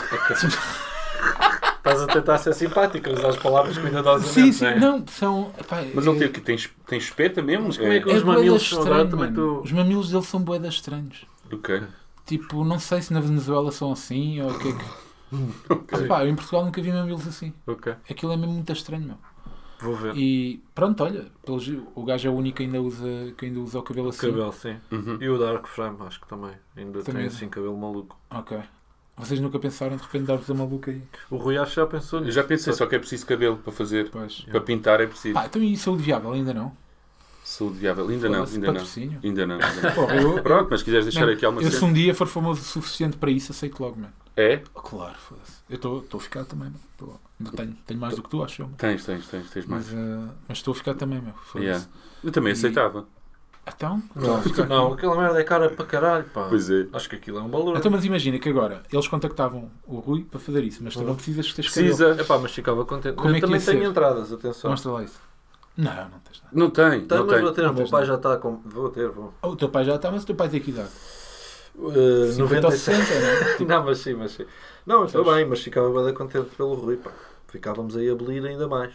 Estás a tentar ser simpático, usar as palavras cuidadosamente, Sim, sim, não é? não, são. Pá, Mas é- ele tem, que- tem, tem espeta mesmo? Mas como é que É os bué mamilos da são agora estranho, também mano. tu... Os mamilos dele são boedas estranhos. Ok. Tipo, não sei se na Venezuela são assim ou o que é que. Ok. Pá, eu em Portugal nunca vi mamilos assim. Ok, Aquilo é mesmo muito estranho, meu. vou ver. E pronto, olha, pelos- o gajo é o único que ainda usa, que ainda usa o cabelo assim. Cabelo, sim. Uhum. E o Dark Frame, acho que também. Ainda Também. tem assim cabelo maluco. Ok. Vocês nunca pensaram de repente dar-vos a maluca aí? O Rui acho que já pensou Eu nisso. já pensei, só que é preciso cabelo para fazer. Pois. Para pintar é preciso. Pá, então e saúde viável? Ainda não? Saúde viável. Ainda não, Foda-se, ainda não. patrocínio. Ainda não. ainda não. Porra, eu, Pronto, mas se quiseres deixar Mano, aqui alguma eu se cena. um dia for famoso o suficiente para isso, aceito logo, mano. É? Claro, foda-se. Eu estou a ficar também, mano. Tô- ainda tenho, tenho mais do que tu, acho eu. Mano. Tens, tens, tens, tens mais. Mas eh, mas estou a ficar também, meu. Foda-se. Yeah. Eu também E- aceitava. Então? Não, Fica- não, aquela merda é cara para caralho, pá. Pois é. Acho que aquilo é um valor. Então, mas imagina que agora eles contactavam o Rui para fazer isso, mas tu não precisas ter cabelo. Precisa. Epá, mas ficava contente. Como eu é que também ia tenho ser? entradas, atenção. Mostra lá isso. Não, não tens nada. Não tem, Tenho, não mas tem. vou ter. Não O meu tens pai nada. já está com... Vou ter, vou. Oh, o teu pai já está, mas o teu pai tem que idade? Uh, cinquenta noventa ou e sete. sessenta, não é? Não, mas sim, mas sim. Não, eu estou bem, mas ficava bem contente pelo Rui, pá. Ficávamos aí a abolir ainda mais.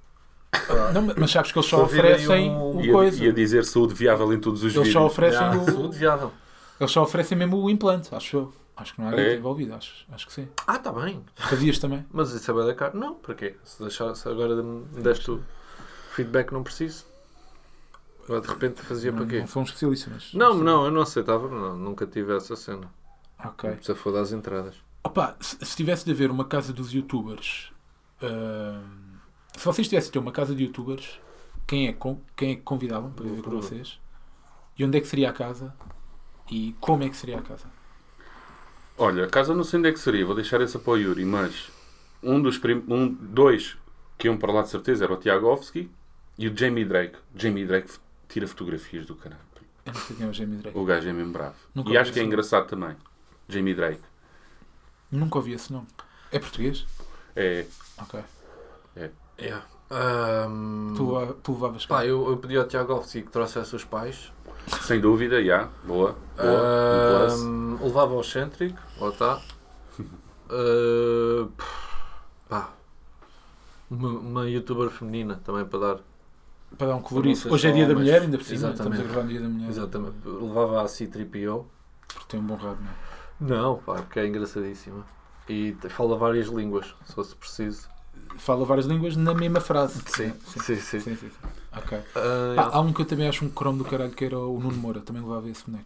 Não, mas sabes que eles só Só vir aí oferecem um- o Ia, coisa. ia dizer saúde viável em todos os Eles vídeos. só oferecem Já, o... saúde viável. Eles só oferecem mesmo o implante, acho eu. Acho que não há É? é? envolvido, acho, acho que sim. Ah, está bem. Fazias também? Mas isso é bem da cara. Não, para quê? Se, deixar, se agora me deste o feedback, não preciso. Agora de repente fazia não, para quê? Não sou um especialista, mas... Não, não, eu não aceitava. Não, nunca tive essa cena. Ok. Se for das entradas. Opa, se, se tivesse de haver uma casa dos youtubers... ahm, se vocês tivessem de ter uma casa de youtubers, quem é, com, quem é que convidavam para viver com Bruno. vocês? E onde é que seria a casa? E como é que seria a casa? Olha, a casa não sei onde é que seria, vou deixar essa para o Yuri, mas um dos prim... um, dois que iam para lá de certeza era o Tiagovski e o Jamie Drake. Jamie Drake f- tira fotografias do caralho. Eu não sei quem é o Jamie Drake. O gajo é mesmo bravo. Nunca e ouvi acho que é esse nome. engraçado também. Jamie Drake. Nunca ouvi esse nome. É português? É, Ok. Yeah. Ahm, Tu, leva- tu levavas cá. pá, eu, eu pedi ao Tiago Alves que trouxesse os pais. Sem dúvida, já. Boa. Boa. Um plus. Ahm, levava ao Cêntrico, lá está. Ah, pá, uma, uma youtuber feminina também para dar. Para dar um colorido. Para não ser Hoje é só dia da homens. mulher, ainda por cima. Exatamente. Estamos a gravar no dia da mulher. Exatamente. Levava a C três P O. Porque tem um bom rabo, não é? Não, pá, porque é engraçadíssima. E te- fala várias línguas, se fosse preciso. Fala várias línguas na mesma frase. Sim, sim, sim, sim. sim, sim. Ok. Ah, Pá, há um que eu também acho um cromo do caralho que era o Nuno Moura. Também levava esse boneco.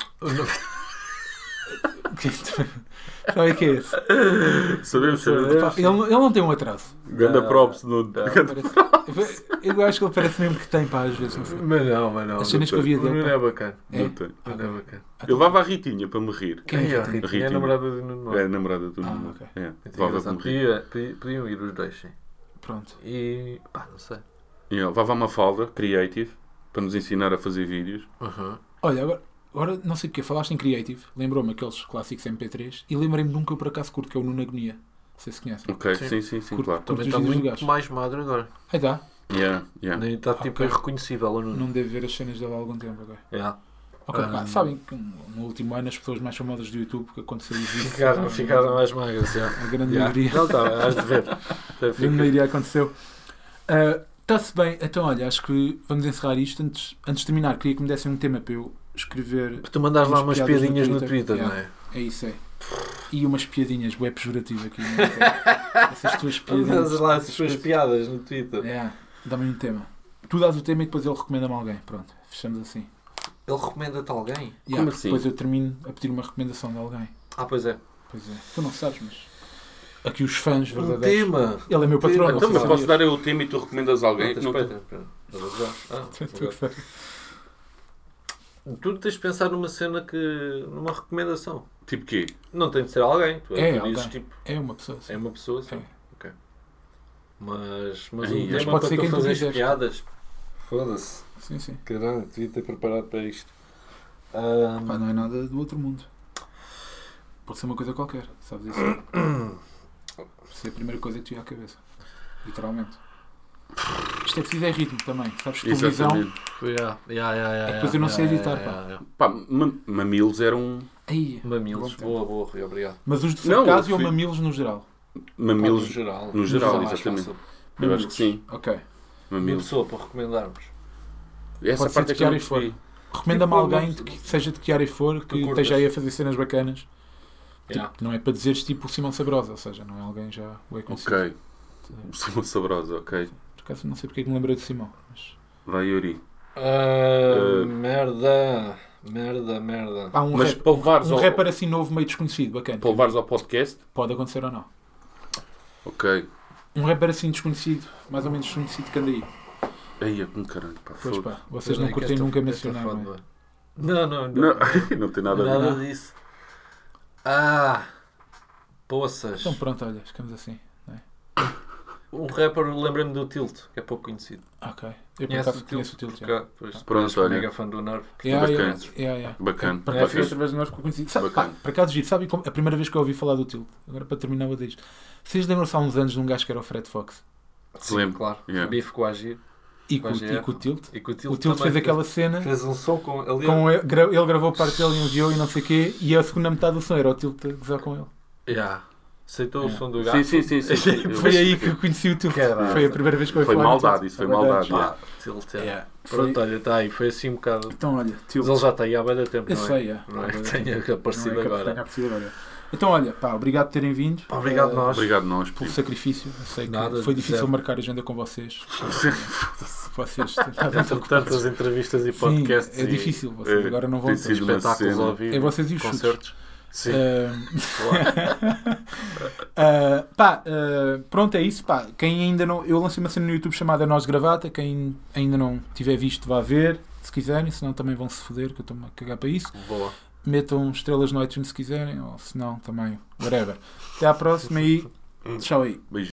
Sabe o que é esse? Sabemos, sabemos. Pá, ele, ele não tem um atraso. Ganda Não, props no. não. Parece- eu acho que ele parece mesmo que tem, pá, às vezes. Não sei. Mas não, mas não. As cenas que eu via O dele, Nuno pá. é bacana. É? Não tem. O Nuno é bacana. Eu levava a Ritinha para me rir. Quem é Ai, a que tem? Ritinha é a Ritinha. namorada do Nuno. É a namorada do Ah, Nuno. ok. É. Muito Levava para engraçado. me rir. Podia- podia- Podiam ir os dois, sim. Pronto. E pá, não sei. E eu levava uma falda creative para nos ensinar a fazer vídeos. Uhum. Olha, agora, agora não sei porque, falaste em Creative, lembrou-me aqueles clássicos M P três e lembrei-me de um que eu por acaso curto, que é o Nuno Agonia. Não sei se conhecem. Ok, Sim. sim, sim, sim, Curto. claro. Curto Também os está vídeos do muito gajo. mais magro agora. Aí dá. Yeah, yeah. Nem está tipo Ok. irreconhecível o Nuno. Não devo ver as cenas dele há algum tempo agora. Yeah. Ok, Ah. pá, sabem que no último ano as pessoas mais famosas do YouTube que aconteceu isso. Ficaram, ficaram mais magras, já. A grande Yeah. maioria. Não, tá, has de ver. A grande maioria aconteceu. Está-se bem, então olha, acho que vamos encerrar isto. Antes, antes de terminar, queria que me dessem um tema para eu escrever. Tu mandares lá Umas umas piadas no piadinhas no Twitter. Twitter, Yeah. não é? É isso, é. E umas piadinhas, web pejorativa aqui. Não é? Essas tuas piadinhas. Mandas lá as essas suas coisas. piadas no Twitter. É, dá-me um tema. Tu dás o tema e depois ele recomenda-me alguém. Pronto, fechamos assim. Ele recomenda-te alguém? Yeah, Como assim? Depois eu termino a pedir uma recomendação de alguém. Ah, pois é. Pois é. Tu não sabes, mas. Aqui os fãs Um verdadeiros. tema. Ele é meu patrão. Então, não mas sei posso se dar eu o tema e tu recomendas alguém? Não, que não espera, tem- espera. Não vou já. Ah, sabias. Tu que agora. sabes. Tu tens de pensar numa cena que. numa recomendação. Tipo quê? Não tem de ser alguém. Tu, É, tu dizes alguém. tipo. É uma pessoa. sim. É uma pessoa, sim. É. Ok. Mas. Mas Ai, um mas tema pode para ser tu quem tu fazer quiseres. piadas. Foda-se. Sim, sim. Caralho, devia ter preparado para isto. Pá, não é nada do outro mundo. Pode ser uma coisa qualquer, sabes isso? Pode ser a primeira coisa que te ia à cabeça. Literalmente. Isto é preciso é ritmo também. Sabes que televisão. Exatamente. Yeah, yeah, yeah, yeah, É que depois eu não yeah, sei yeah, editar, yeah, pá. yeah, yeah. Pá, ma- mamilos eram. Aí, Mamilos, Bom tempo. boa, boa, Rui, obrigado. mas os de Não, sarcasmo eu ou fui- mamilos no geral? Mamilos. No geral. no geral, mais exatamente. fácil. Eu acho que sim. Ok. Uma Mamilos. pessoa para recomendarmos. Essa Pode ser parte de é que que eu não área for. percebi. Recomenda-me Tipo, alguém não- de que seja de que área for, que curtas. esteja aí a fazer cenas bacanas. Yeah. Tipo, não é para dizeres tipo o Simão Sabrosa, ou seja, não é alguém já o é conhecido. Ok. Simão Sabrosa, ok. Por acaso não sei porque é que me lembrei de Simão. Mas... Vai, Yuri. Ah, Uh, merda. Merda, merda. Há um, Mas rap, para levares um ao, rapper assim novo, meio desconhecido, bacana. para levares ao podcast, Pode acontecer ou não. ok. Um rapper assim desconhecido, mais ou menos desconhecido, que anda aí. Aí, como caralho, pá. Pois foda-se. pá, vocês Peraí, não que curtem esta- nunca esta mencionar, foda, não é? Não, não, não. Não, não tem nada a ver. Nada disso. Ah, poças. Então pronto, olha, ficamos assim. Um rapper, lembrei-me do Tilt, que é pouco conhecido. Ok. Eu por Conhece acaso conheço o Tilt. já. Porque, pois, Pronto, sou olha. mega fã do Nerve. Yeah, yeah, bacana. yeah, yeah. Bacana. Para É, cá foi fixe. através de nós que eu conheci. Sabe, pá, Bacana. para cá de giro, sabe como- a primeira vez que eu ouvi falar do Tilt? Agora para terminar vou dizer isto. Vocês lembram-se há uns anos de um gajo que era o Fred Fox? Sim, Lembro. claro. Yeah. Bife com a Agir. E com, Pois e é. com o Tilt? E com o Tilt, O Tilt também fez aquela cena, Fez um som com ali. com ele, gra- ele gravou parte dele e enviou e não sei o quê, e a segunda metade do som era o Tilt a gozar com ele. Yeah. Aceitou o Yeah. som do gato. Sim, sim, sim. sim, sim. Eu- Foi aí que eu conheci o Tilt. Caralho. Foi a primeira vez que eu ouvi Foi falar do maldade, Tilt. isso foi É verdade. maldade. Pá, Tilt, é. Yeah. Pronto, Foi- olha, está aí. Foi assim um bocado. Então olha, Tilt. Mas ele já está aí há bem tempo, Eu não é? sei, é. Não é que Não tenha é aparecido que tenha agora. aparecido agora. Então olha, pá, obrigado por terem vindo. Pá, obrigado Eh, nós. Obrigado nós, Pelo primo. sacrifício. Eu sei que Nada, foi difícil zero. marcar a agenda com vocês. Vocês estavam Entre tantas entrevistas e podcasts Sim, é e difícil. Vocês É, agora não vão tem ter. sido uma espetáculos cena. ao vivo. É vocês e os chutes. concertos. Sim. Uh, uh, pá, uh, pronto, é isso. Pá. Quem ainda não. Eu lancei uma cena no YouTube chamada Nós Gravata. Quem ainda não tiver visto, vá ver. Se quiserem, senão também vão se foder, que eu estou-me a cagar para isso. Boa. Metam estrelas no iTunes se quiserem, ou se não, também, whatever. Até à próxima e tchau aí. Beijinho.